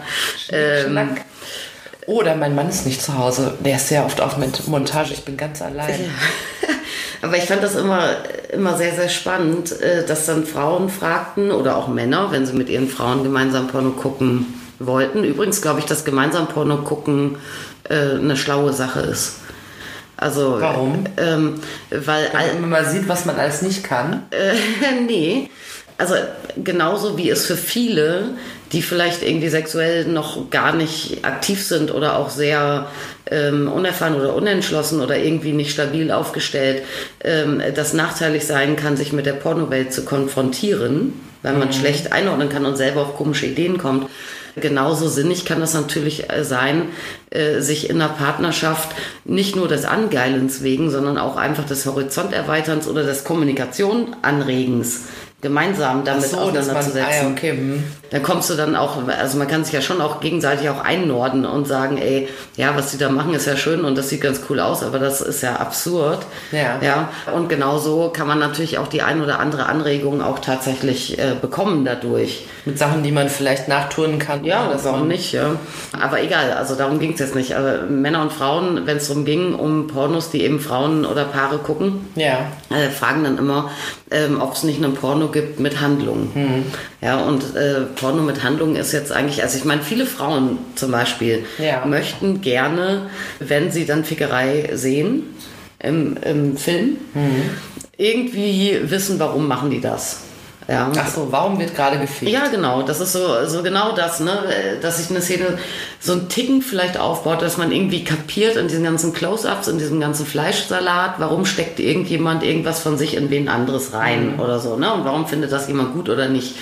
Oder mein Mann ist nicht zu Hause. Der ist sehr oft auf Montage. Ich bin ganz allein. Ja. Aber ich fand das immer sehr, sehr spannend, dass dann Frauen fragten oder auch Männer, wenn sie mit ihren Frauen gemeinsam Porno gucken wollten. Übrigens glaube ich, dass gemeinsam Porno gucken eine schlaue Sache ist. Also, warum? Weil man mal sieht, was man alles nicht kann. Nee. Also genauso wie es für viele, die vielleicht irgendwie sexuell noch gar nicht aktiv sind oder auch sehr unerfahren oder unentschlossen oder irgendwie nicht stabil aufgestellt, das nachteilig sein kann, sich mit der Pornowelt zu konfrontieren, weil man schlecht einordnen kann und selber auf komische Ideen kommt. Genauso sinnig kann das natürlich sein, sich in einer Partnerschaft nicht nur des Angeilens wegen, sondern auch einfach des Horizonterweiterns oder des Kommunikationanregens gemeinsam damit auseinanderzusetzen. Okay. Dann kommst du dann auch, also man kann sich ja schon auch gegenseitig auch einnorden und sagen, ey, ja, was die da machen, ist ja schön und das sieht ganz cool aus, aber das ist ja absurd. Ja. Und genauso kann man natürlich auch die ein oder andere Anregung auch tatsächlich bekommen dadurch. Mit Sachen, die man vielleicht nachturnen kann. Ja, das warum nicht, ja. Aber egal, also darum ging es jetzt nicht. Aber Männer und Frauen, wenn es darum ging, um Pornos, die eben Frauen oder Paare gucken, fragen dann immer, ob es nicht einen Porno gibt mit Handlungen. Ja, und Porno mit Handlungen ist jetzt eigentlich, also ich meine, viele Frauen zum Beispiel möchten gerne, wenn sie dann Fickerei sehen im Film, irgendwie wissen, warum machen die das. Ja. Ach so, warum wird gerade gefickt? Ja, genau. Das ist so genau das, ne? Dass sich eine Szene so einen Ticken vielleicht aufbaut, dass man irgendwie kapiert in diesen ganzen Close-Ups, in diesem ganzen Fleischsalat, warum steckt irgendjemand irgendwas von sich in wen anderes rein oder so, ne? Und warum findet das jemand gut oder nicht?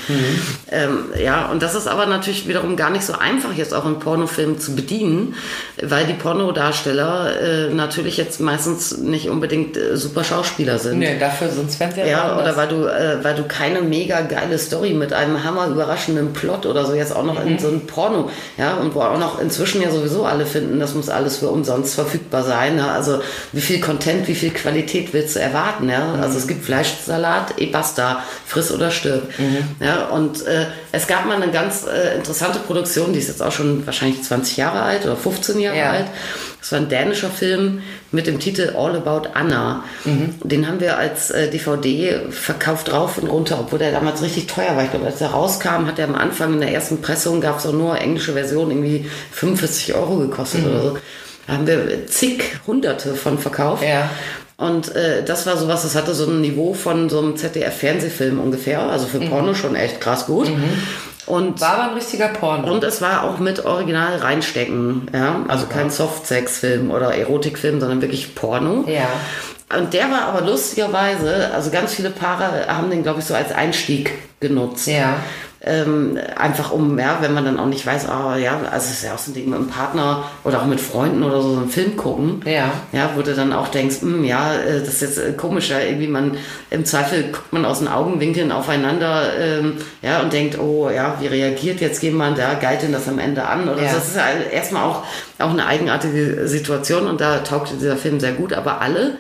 Und das ist aber natürlich wiederum gar nicht so einfach, jetzt auch in Pornofilmen zu bedienen, weil die Pornodarsteller natürlich jetzt meistens nicht unbedingt super Schauspieler sind. Nee, dafür sonst wären sie ja oder weil du keine mega geile Story mit einem hammer überraschenden Plot oder so jetzt auch noch in so einem Porno, ja, und wo auch noch inzwischen ja sowieso alle finden, das muss alles für umsonst verfügbar sein, ja? Also wie viel Content, wie viel Qualität willst du erwarten, ja? Also es gibt Fleischsalat, basta, friss oder stirb. Ja, und es gab mal eine ganz interessante Produktion, die ist jetzt auch schon wahrscheinlich 20 Jahre alt oder 15 Jahre alt. Das war ein dänischer Film mit dem Titel All About Anna. Den haben wir als DVD verkauft rauf und runter, obwohl der damals richtig teuer war. Ich glaube, als er rauskam, hat er am Anfang in der ersten Pressung, gab es auch nur englische Version, irgendwie 45 € gekostet oder so. Da haben wir zig Hunderte von verkauft. Ja. Und das war sowas, das hatte so ein Niveau von so einem ZDF-Fernsehfilm ungefähr. Also für Porno schon echt krass gut. Und war aber ein richtiger Porno. Und es war auch mit Original reinstecken. Ja? Also kein Softsex-Film oder Erotikfilm, sondern wirklich Porno. Ja. Und der war aber lustigerweise, also ganz viele Paare haben den, glaube ich, so als Einstieg genutzt. Ja. Einfach wenn man dann auch nicht weiß, also es ist ja auch so ein Ding mit einem Partner oder auch mit Freunden oder so einen Film gucken. Ja, wo du dann auch denkst, das ist jetzt komisch, irgendwie im Zweifel guckt man aus den Augenwinkeln aufeinander, und denkt, wie reagiert jetzt jemand, geilt denn das am Ende an? Oder das ist ja erstmal auch eine eigenartige Situation und da taugte dieser Film sehr gut, aber alle,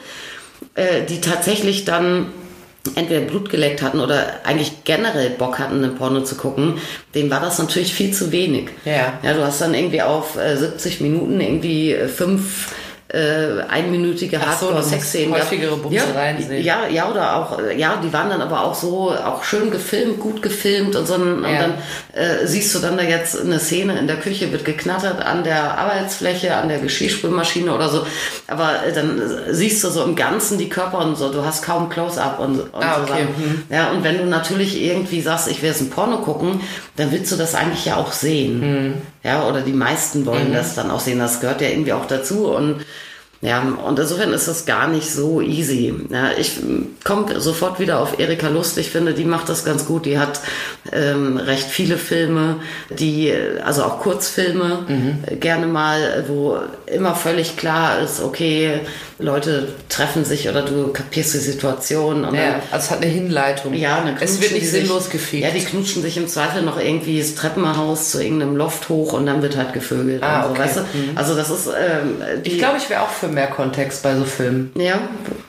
die tatsächlich dann entweder Blut geleckt hatten oder eigentlich generell Bock hatten, eine Porno zu gucken, denen war das natürlich viel zu wenig. Ja, du hast dann irgendwie auf 70 Minuten irgendwie 5 einminütige Hardcore-Sex-Szenen. Häufigere Bumsereien sehen. Ja, oder auch, die waren dann aber auch so, auch schön gefilmt, gut gefilmt und so. Und dann siehst du dann da jetzt eine Szene in der Küche, wird geknattert an der Arbeitsfläche, an der Geschirrspülmaschine oder so. Aber dann siehst du so im Ganzen die Körper und so, du hast kaum Close-Up und so. Okay. Ja, und wenn du natürlich irgendwie sagst, ich will jetzt ein Porno gucken, dann willst du das eigentlich ja auch sehen. Ja, oder die meisten wollen das dann auch sehen. Das gehört ja irgendwie auch dazu und insofern ist das gar nicht so easy. Ja, ich komme sofort wieder auf Erika Lust. Ich finde, die macht das ganz gut. Die hat recht viele Filme, also auch Kurzfilme, gerne mal, wo immer völlig klar ist, okay, Leute treffen sich oder du kapierst die Situation. Und also es hat eine Hinleitung. Ja, es wird nicht sinnlos gefegt. Ja, die knutschen sich im Zweifel noch irgendwie das Treppenhaus zu irgendeinem Loft hoch und dann wird halt gevögelt. Und so, okay. Weißt du? Also das ist... ich glaube, ich wäre auch für mehr Kontext bei so Filmen. Ja.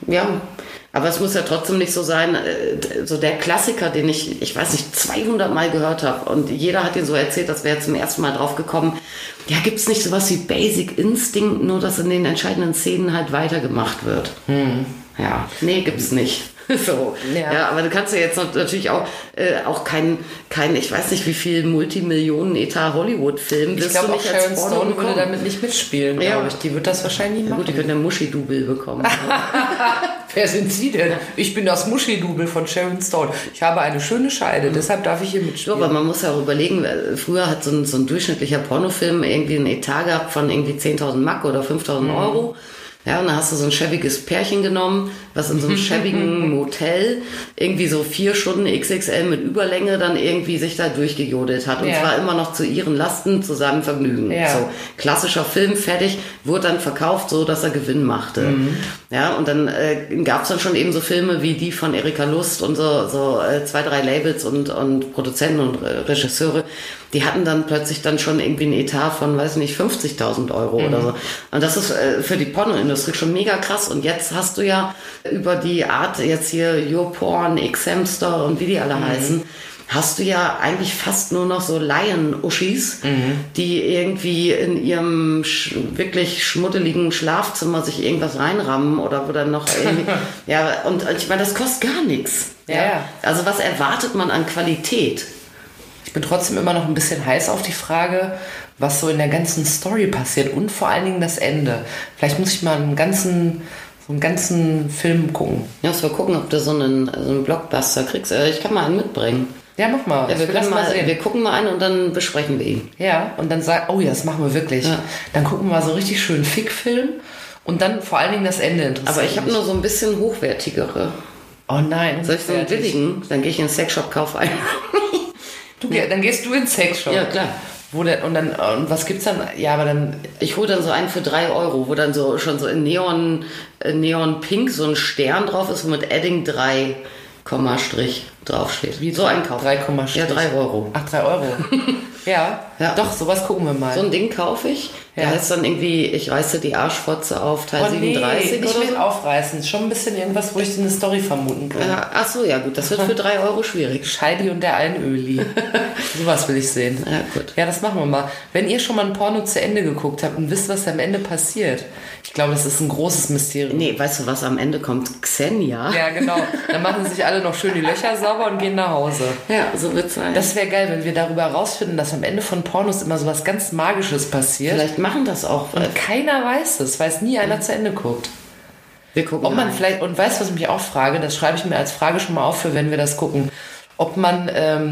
Aber es muss ja trotzdem nicht so sein, so der Klassiker, den ich weiß nicht, 200 Mal gehört habe und jeder hat ihn so erzählt, das wäre zum ersten Mal drauf gekommen. Ja, gibt's nicht sowas wie Basic Instinct, nur dass in den entscheidenden Szenen halt weitergemacht wird? Ja, nee, gibt's nicht. So. Ja, aber du kannst ja jetzt natürlich auch kein, ich weiß nicht wie viel Multimillionen-Etat Hollywood-Film. Ich glaube auch Sharon Stone würde damit nicht mitspielen, glaube ich. Die wird das wahrscheinlich nicht machen. Gut, die könnte ein Muschi-Double bekommen. Wer sind Sie denn? Ich bin das Muschi-Double von Sharon Stone. Ich habe eine schöne Scheide, deshalb darf ich hier mitspielen. Ja, aber man muss ja auch überlegen, früher hat so ein durchschnittlicher Pornofilm irgendwie einen Etat gehabt von irgendwie 10.000 Mark oder 5.000 Euro. Ja, und dann hast du so ein schäbiges Pärchen genommen, was in so einem schäbigen Motel irgendwie so 4 Stunden XXL mit Überlänge dann irgendwie sich da durchgejodelt hat. Und zwar immer noch zu ihren Lasten, zu seinem Vergnügen. Ja. So, klassischer Film, fertig, wurde dann verkauft, so dass er Gewinn machte. Ja, und dann gab's dann schon eben so Filme wie die von Erika Lust und so 2, 3 Labels und Produzenten und Regisseure, die hatten dann plötzlich dann schon irgendwie einen Etat von, weiß nicht, 50.000 Euro oder so. Und das ist für die Pornoindustrie schon mega krass. Und jetzt hast du ja über die Art, jetzt hier YouPorn, Xhamster und wie die alle heißen, hast du ja eigentlich fast nur noch so Laien-Uschis, die irgendwie in ihrem wirklich schmuddeligen Schlafzimmer sich irgendwas reinrammen oder wo dann noch irgendwie, und ich meine, das kostet gar nichts. Ja. Also was erwartet man an Qualität? Ich bin trotzdem immer noch ein bisschen heiß auf die Frage, was so in der ganzen Story passiert und vor allen Dingen das Ende. Vielleicht muss ich mal einen ganzen Film gucken. Ja, muss mal gucken, ob du so einen Blockbuster kriegst. Ich kann mal einen mitbringen. Ja, mach mal. Ja, wir gucken mal einen und dann besprechen wir ihn. Ja, und dann sagen, das machen wir wirklich. Ja. Dann gucken wir mal so richtig schön Fick-Film und dann vor allen Dingen das Ende interessiert. Aber ich habe nur so ein bisschen hochwertigere. Oh nein. Soll ich so einen billigen? Dann gehe ich in den Sexshop, kaufe einen. Dann gehst du ins Sexshop. Ja, klar. Und was gibt's dann? Ja, aber dann... Ich hole dann so einen für 3 Euro, wo dann so schon so in Neon Pink so ein Stern drauf ist, wo mit Edding 3 Komma-Strich draufsteht. Wie so ein Kauf? 3 Komma-Strich? Ja, 3 Euro. Ach, 3 Euro. ja, doch, sowas gucken wir mal. So ein Ding kaufe ich. Ja. Der heißt dann irgendwie, ich reiße die Arschfotze auf Teil 37 nicht mit aufreißen. Schon ein bisschen irgendwas, wo ich eine Story vermuten kann. Ja, ach so, ja gut, das wird für 3 Euro schwierig. Scheidi und der Einöli. Sowas will ich sehen. Ja, gut. Ja, das machen wir mal. Wenn ihr schon mal ein Porno zu Ende geguckt habt und wisst, was am Ende passiert, ich glaube, das ist ein großes Mysterium. Nee, weißt du, was am Ende kommt? Xenia. Ja, genau. Dann machen sich alle noch schön die Löcher sauber und gehen nach Hause. Ja, so wird's sein. Das wäre geil, wenn wir darüber herausfinden, dass am Ende von Pornos immer so was ganz Magisches passiert. Vielleicht machen das auch. Und keiner weiß es, weil es nie einer zu Ende guckt. Wir gucken ob man vielleicht, und weißt du, was ich mich auch frage, das schreibe ich mir als Frage schon mal auf, für wenn wir das gucken, ob man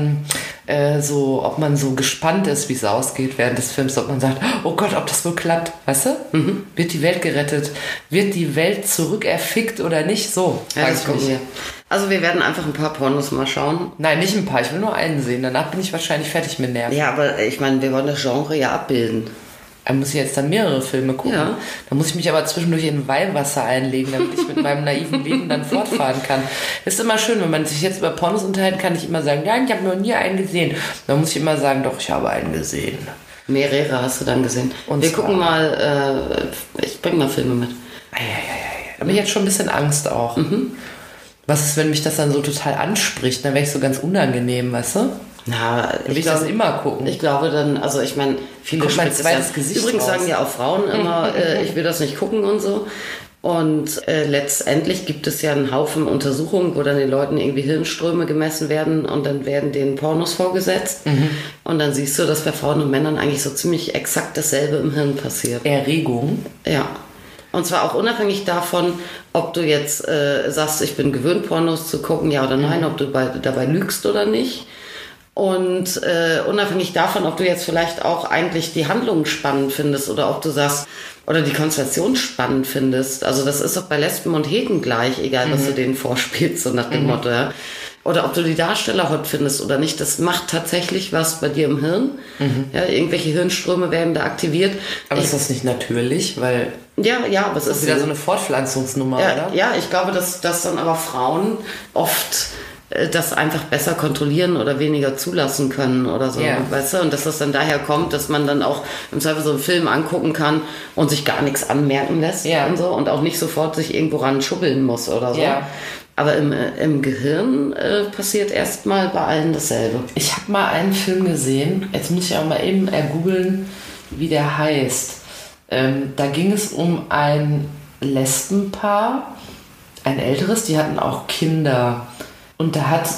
so gespannt ist, wie es ausgeht während des Films, ob man sagt, oh Gott, ob das wohl klappt, weißt du? Wird die Welt gerettet? Wird die Welt zurückerfickt oder nicht? So, ja, das gucken wir. Also wir werden einfach ein paar Pornos mal schauen. Nein, nicht ein paar, ich will nur einen sehen. Danach bin ich wahrscheinlich fertig mit Nerven. Ja, aber ich meine, wir wollen das Genre ja abbilden. Da muss ich jetzt dann mehrere Filme gucken. Ja. Da muss ich mich aber zwischendurch in Weihwasser einlegen, damit ich mit meinem naiven Leben dann fortfahren kann. Ist immer schön, wenn man sich jetzt über Pornos unterhalten kann, ich immer sagen, ja, ich habe noch nie einen gesehen. Dann muss ich immer sagen, doch, ich habe einen gesehen. Mehrere hast du dann gesehen. Und wir gucken mal, ich bringe mal Filme mit. Da habe ich jetzt schon ein bisschen Angst auch. Was ist, wenn mich das dann so total anspricht? Dann wäre ich so ganz unangenehm, weißt du? Na, ich will das immer gucken. Ich glaube dann, also ich meine, viele mein zweites Gesicht übrigens raus. sagen ja auch Frauen immer, ich will das nicht gucken und so. Und letztendlich gibt es ja einen Haufen Untersuchungen, wo dann den Leuten irgendwie Hirnströme gemessen werden und dann werden denen Pornos vorgesetzt. Und dann siehst du, dass bei Frauen und Männern eigentlich so ziemlich exakt dasselbe im Hirn passiert. Erregung? Ja. Und zwar auch unabhängig davon, ob du jetzt sagst, ich bin gewöhnt, Pornos zu gucken, ja oder nein, ob du dabei lügst oder nicht. Und unabhängig davon, ob du jetzt vielleicht auch eigentlich die Handlungen spannend findest oder ob du sagst, oder die Konstellation spannend findest. Also das ist doch bei Lesben und Heten gleich, egal was du denen vorspielst, so nach dem Motto. Ja. Oder ob du die Darsteller hot findest oder nicht, das macht tatsächlich was bei dir im Hirn. Ja, irgendwelche Hirnströme werden da aktiviert. Aber ist das nicht natürlich? Weil ja, aber es ist wieder so eine Fortpflanzungsnummer, ja, oder? Ja, ich glaube, dass dann aber Frauen oft das einfach besser kontrollieren oder weniger zulassen können oder so, weißt du? Und dass das dann daher kommt, dass man dann auch im Zweifel so einen Film angucken kann und sich gar nichts anmerken lässt und so und auch nicht sofort sich irgendwo ran schubbeln muss oder so. Ja. Aber im Gehirn passiert erstmal bei allen dasselbe. Ich habe mal einen Film gesehen, jetzt muss ich auch mal eben googeln, wie der heißt. Da ging es um ein Lesbenpaar, ein älteres, die hatten auch Kinder. Und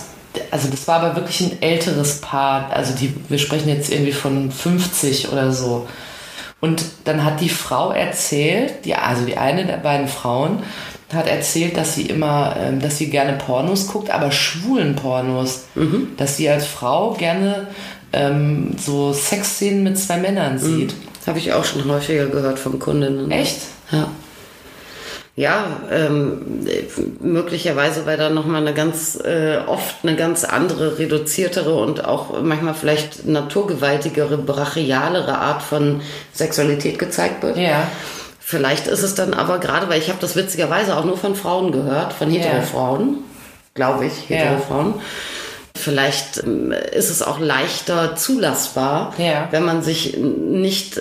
das war aber wirklich ein älteres Paar, also wir sprechen jetzt irgendwie von 50 oder so. Und dann hat die Frau erzählt, also die eine der beiden Frauen, hat erzählt, dass sie dass sie gerne Pornos guckt, aber schwulen Pornos. Dass sie als Frau gerne so Sexszenen mit zwei Männern sieht. Habe ich auch schon häufiger gehört von Kundinnen. Echt? Ja. Ja, möglicherweise, weil da nochmal oft eine ganz andere, reduziertere und auch manchmal vielleicht naturgewaltigere, brachialere Art von Sexualität gezeigt wird. Ja. Vielleicht ist es dann aber gerade, weil ich habe das witzigerweise auch nur von Frauen gehört, von Heterofrauen, glaube ich, Heterofrauen. Vielleicht ist es auch leichter zulassbar, wenn man sich nicht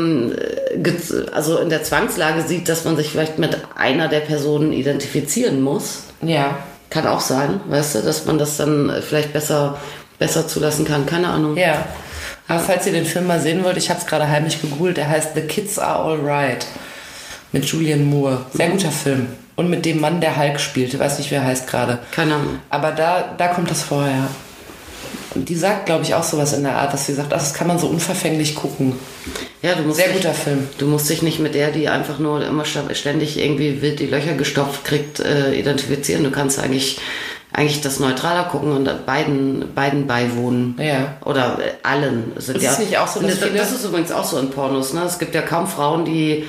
also in der Zwangslage sieht, dass man sich vielleicht mit einer der Personen identifizieren muss. Ja. Kann auch sein, weißt du, dass man das dann vielleicht besser zulassen kann. Keine Ahnung. Ja. Aber falls ihr den Film mal sehen wollt, ich habe es gerade heimlich gegoogelt, der heißt The Kids Are Alright mit Julianne Moore. Sehr guter Film. Und mit dem Mann, der Hulk spielt. Ich weiß nicht, wer er heißt gerade. Keine Ahnung. Aber da kommt das vorher. Und die sagt, glaube ich, auch sowas in der Art, dass sie sagt, das kann man so unverfänglich gucken. Ja, Sehr guter Film. Du musst dich nicht mit der, die einfach nur immer ständig irgendwie wild die Löcher gestopft kriegt, identifizieren. Du kannst eigentlich das neutraler gucken und beiden beiwohnen. Ja. Oder allen. Sind ist nicht auch so, das ist übrigens auch so in Pornos. Ne? Es gibt ja kaum Frauen, die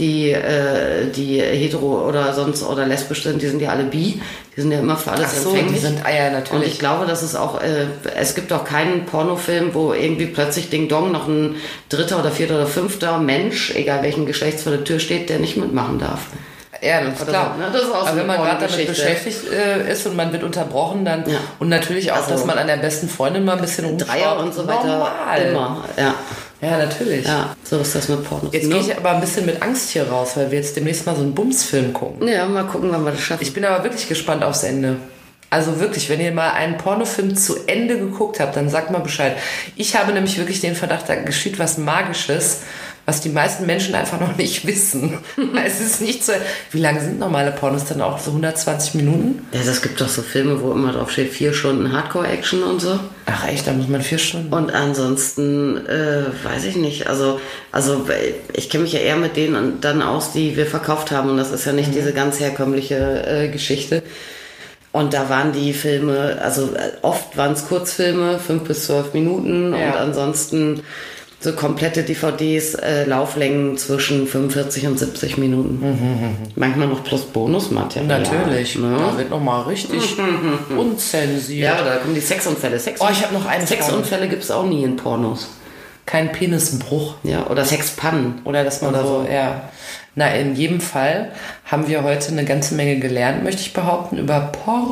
hetero oder lesbisch sind, die sind ja alle bi, die sind ja immer für alles empfänglich. Die sind Eier natürlich. Und ich glaube, dass es auch, es gibt auch keinen Pornofilm, wo irgendwie plötzlich Ding Dong noch ein dritter oder vierter oder fünfter Mensch, egal welchen Geschlechts, vor der Tür steht, der nicht mitmachen darf. Ja, das ist klar. So, ne? Das ist auch aber so wenn man gerade damit beschäftigt ist und man wird unterbrochen, dann und natürlich auch, dass man an der besten Freundin mal ein bisschen rumschraubt. Dreier und so weiter. Normal. Immer, ja. Ja, natürlich. Ja, so ist das mit Pornos. Jetzt gehe ich aber ein bisschen mit Angst hier raus, weil wir jetzt demnächst mal so einen Bumsfilm gucken. Ja, mal gucken, wann wir das schaffen. Ich bin aber wirklich gespannt aufs Ende. Also wirklich, wenn ihr mal einen Pornofilm zu Ende geguckt habt, dann sagt mal Bescheid. Ich habe nämlich wirklich den Verdacht, da geschieht was Magisches, was die meisten Menschen einfach noch nicht wissen. Es ist nicht so... Wie lang sind normale Pornos dann auch? So 120 Minuten? Ja, das gibt doch so Filme, wo immer drauf steht, 4 Stunden Hardcore-Action und so. Ach echt, da muss man 4 Stunden? Und ansonsten, weiß ich nicht. Also ich kenne mich ja eher mit denen dann aus, die wir verkauft haben. Und das ist ja nicht diese ganz herkömmliche Geschichte. Und da waren die Filme, also oft waren es Kurzfilme, 5 bis 12 Minuten. Ja. Und ansonsten... So komplette DVDs, Lauflängen zwischen 45 und 70 Minuten. Manchmal noch plus Bonusmaterial. Natürlich. Ne? Da wird nochmal richtig unzensiert. Ja, aber da kommen die Sexunfälle. Ich habe noch eine Sexunfälle gibt es auch nie in Pornos. Kein Penisbruch. Ja, oder Sexpannen. Oder dass man so, ja. Na, in jedem Fall haben wir heute eine ganze Menge gelernt, möchte ich behaupten, über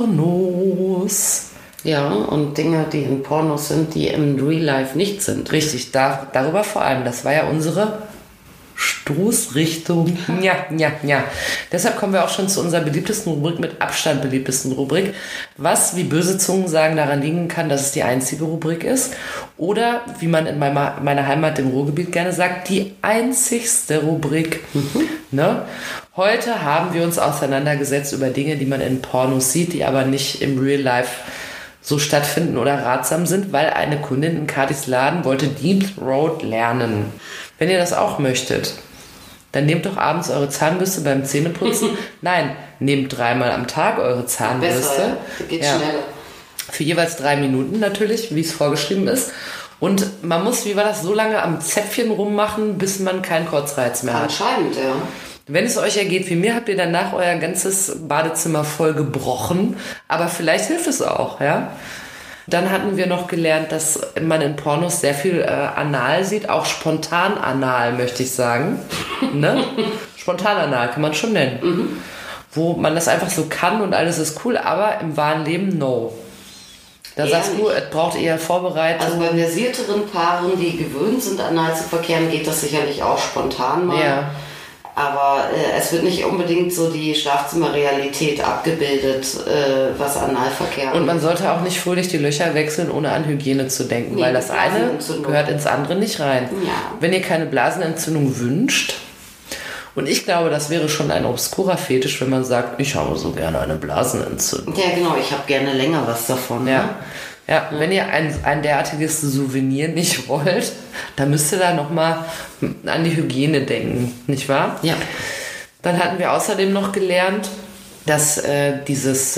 Pornos. Ja, und Dinge, die in Pornos sind, die im Real Life nicht sind. Richtig, darüber vor allem. Das war ja unsere Stoßrichtung. Ja. Deshalb kommen wir auch schon zu unserer beliebtesten Rubrik, mit Abstand beliebtesten Rubrik. Was, wie böse Zungen sagen, daran liegen kann, dass es die einzige Rubrik ist. Oder, wie man in meiner Heimat, dem Ruhrgebiet, gerne sagt, die einzigste Rubrik. Ne? Heute haben wir uns auseinandergesetzt über Dinge, die man in Pornos sieht, die aber nicht im Real Life so stattfinden oder ratsam sind, weil eine Kundin in Katis Laden wollte Deep Throat lernen. Wenn ihr das auch möchtet, dann nehmt doch abends eure Zahnbürste beim Zähneputzen. Nein, nehmt 3-mal am Tag eure Zahnbürste. Besser, das geht schneller. Für jeweils 3 Minuten natürlich, wie es vorgeschrieben ist. Und man muss, wie war das, so lange am Zäpfchen rummachen, bis man keinen Kotzreiz mehr hat. Anscheinend, ja. Wenn es euch ergeht wie mir, habt ihr danach euer ganzes Badezimmer voll gebrochen. Aber vielleicht hilft es auch, ja. Dann hatten wir noch gelernt, dass man in Pornos sehr viel Anal sieht. Auch Spontan-Anal, möchte ich sagen. Ne? Spontan-Anal kann man schon nennen. Wo man das einfach so kann und alles ist cool. Aber im wahren Leben, no. Da sagst du, es braucht eher Vorbereitung. Also bei versierteren Paaren, die gewöhnt sind, anal zu verkehren, geht das sicherlich auch spontan mal. Ja. Aber es wird nicht unbedingt so die Schlafzimmerrealität abgebildet, was Analverkehr angeht. Und man sollte auch nicht fröhlich die Löcher wechseln, ohne an Hygiene zu denken, weil das eine gehört ins andere nicht rein. Ja. Wenn ihr keine Blasenentzündung wünscht, und ich glaube, das wäre schon ein obskurer Fetisch, wenn man sagt, ich habe so gerne eine Blasenentzündung. Ja, genau, ich habe gerne länger was davon. Ja. Ne? Ja, wenn ihr ein derartiges Souvenir nicht wollt, dann müsst ihr da nochmal an die Hygiene denken, nicht wahr? Ja. Dann hatten wir außerdem noch gelernt, dass dieses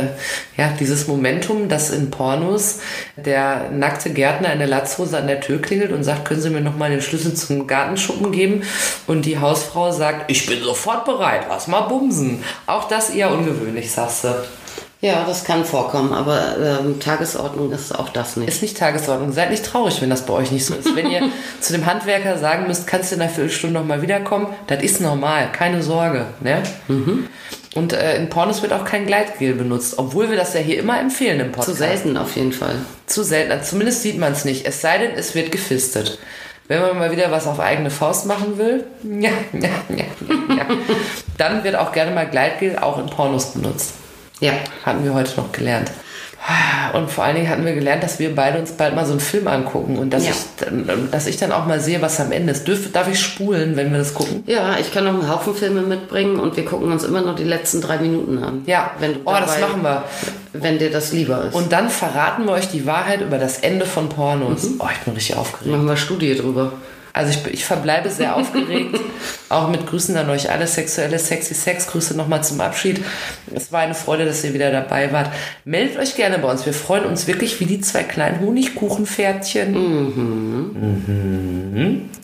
Momentum, dass in Pornos der nackte Gärtner in der Latzhose an der Tür klingelt und sagt, können Sie mir nochmal den Schlüssel zum Gartenschuppen geben? Und die Hausfrau sagt, ich bin sofort bereit, lass mal bumsen. Auch das eher ungewöhnlich, sagst du. Ja, das kann vorkommen, aber Tagesordnung ist auch das nicht. Ist nicht Tagesordnung. Seid nicht traurig, wenn das bei euch nicht so ist. Wenn ihr zu dem Handwerker sagen müsst, kannst du in einer Viertelstunde nochmal wiederkommen, das ist normal, keine Sorge. Ne? Und in Pornos wird auch kein Gleitgel benutzt, obwohl wir das ja hier immer empfehlen im Podcast. Zu selten auf jeden Fall. Zu selten, zumindest sieht man es nicht. Es sei denn, es wird gefistet. Wenn man mal wieder was auf eigene Faust machen will, dann wird auch gerne mal Gleitgel auch in Pornos benutzt. Ja. Hatten wir heute noch gelernt. Und vor allen Dingen hatten wir gelernt, dass wir beide uns bald mal so einen Film angucken und dass ich dann auch mal sehe, was am Ende ist. Darf ich spulen, wenn wir das gucken? Ja, ich kann noch einen Haufen Filme mitbringen und wir gucken uns immer nur die letzten 3 Minuten an. Ja, das machen wir. Wenn dir das lieber ist. Und dann verraten wir euch die Wahrheit über das Ende von Pornos. Ich bin richtig aufgeregt. Machen wir Studie drüber. Also ich verbleibe sehr aufgeregt, auch mit Grüßen an euch alle, sexuelle Sexy Sex, Grüße nochmal zum Abschied. Es war eine Freude, dass ihr wieder dabei wart. Meldet euch gerne bei uns, wir freuen uns wirklich wie die 2 kleinen Honigkuchenpferdchen.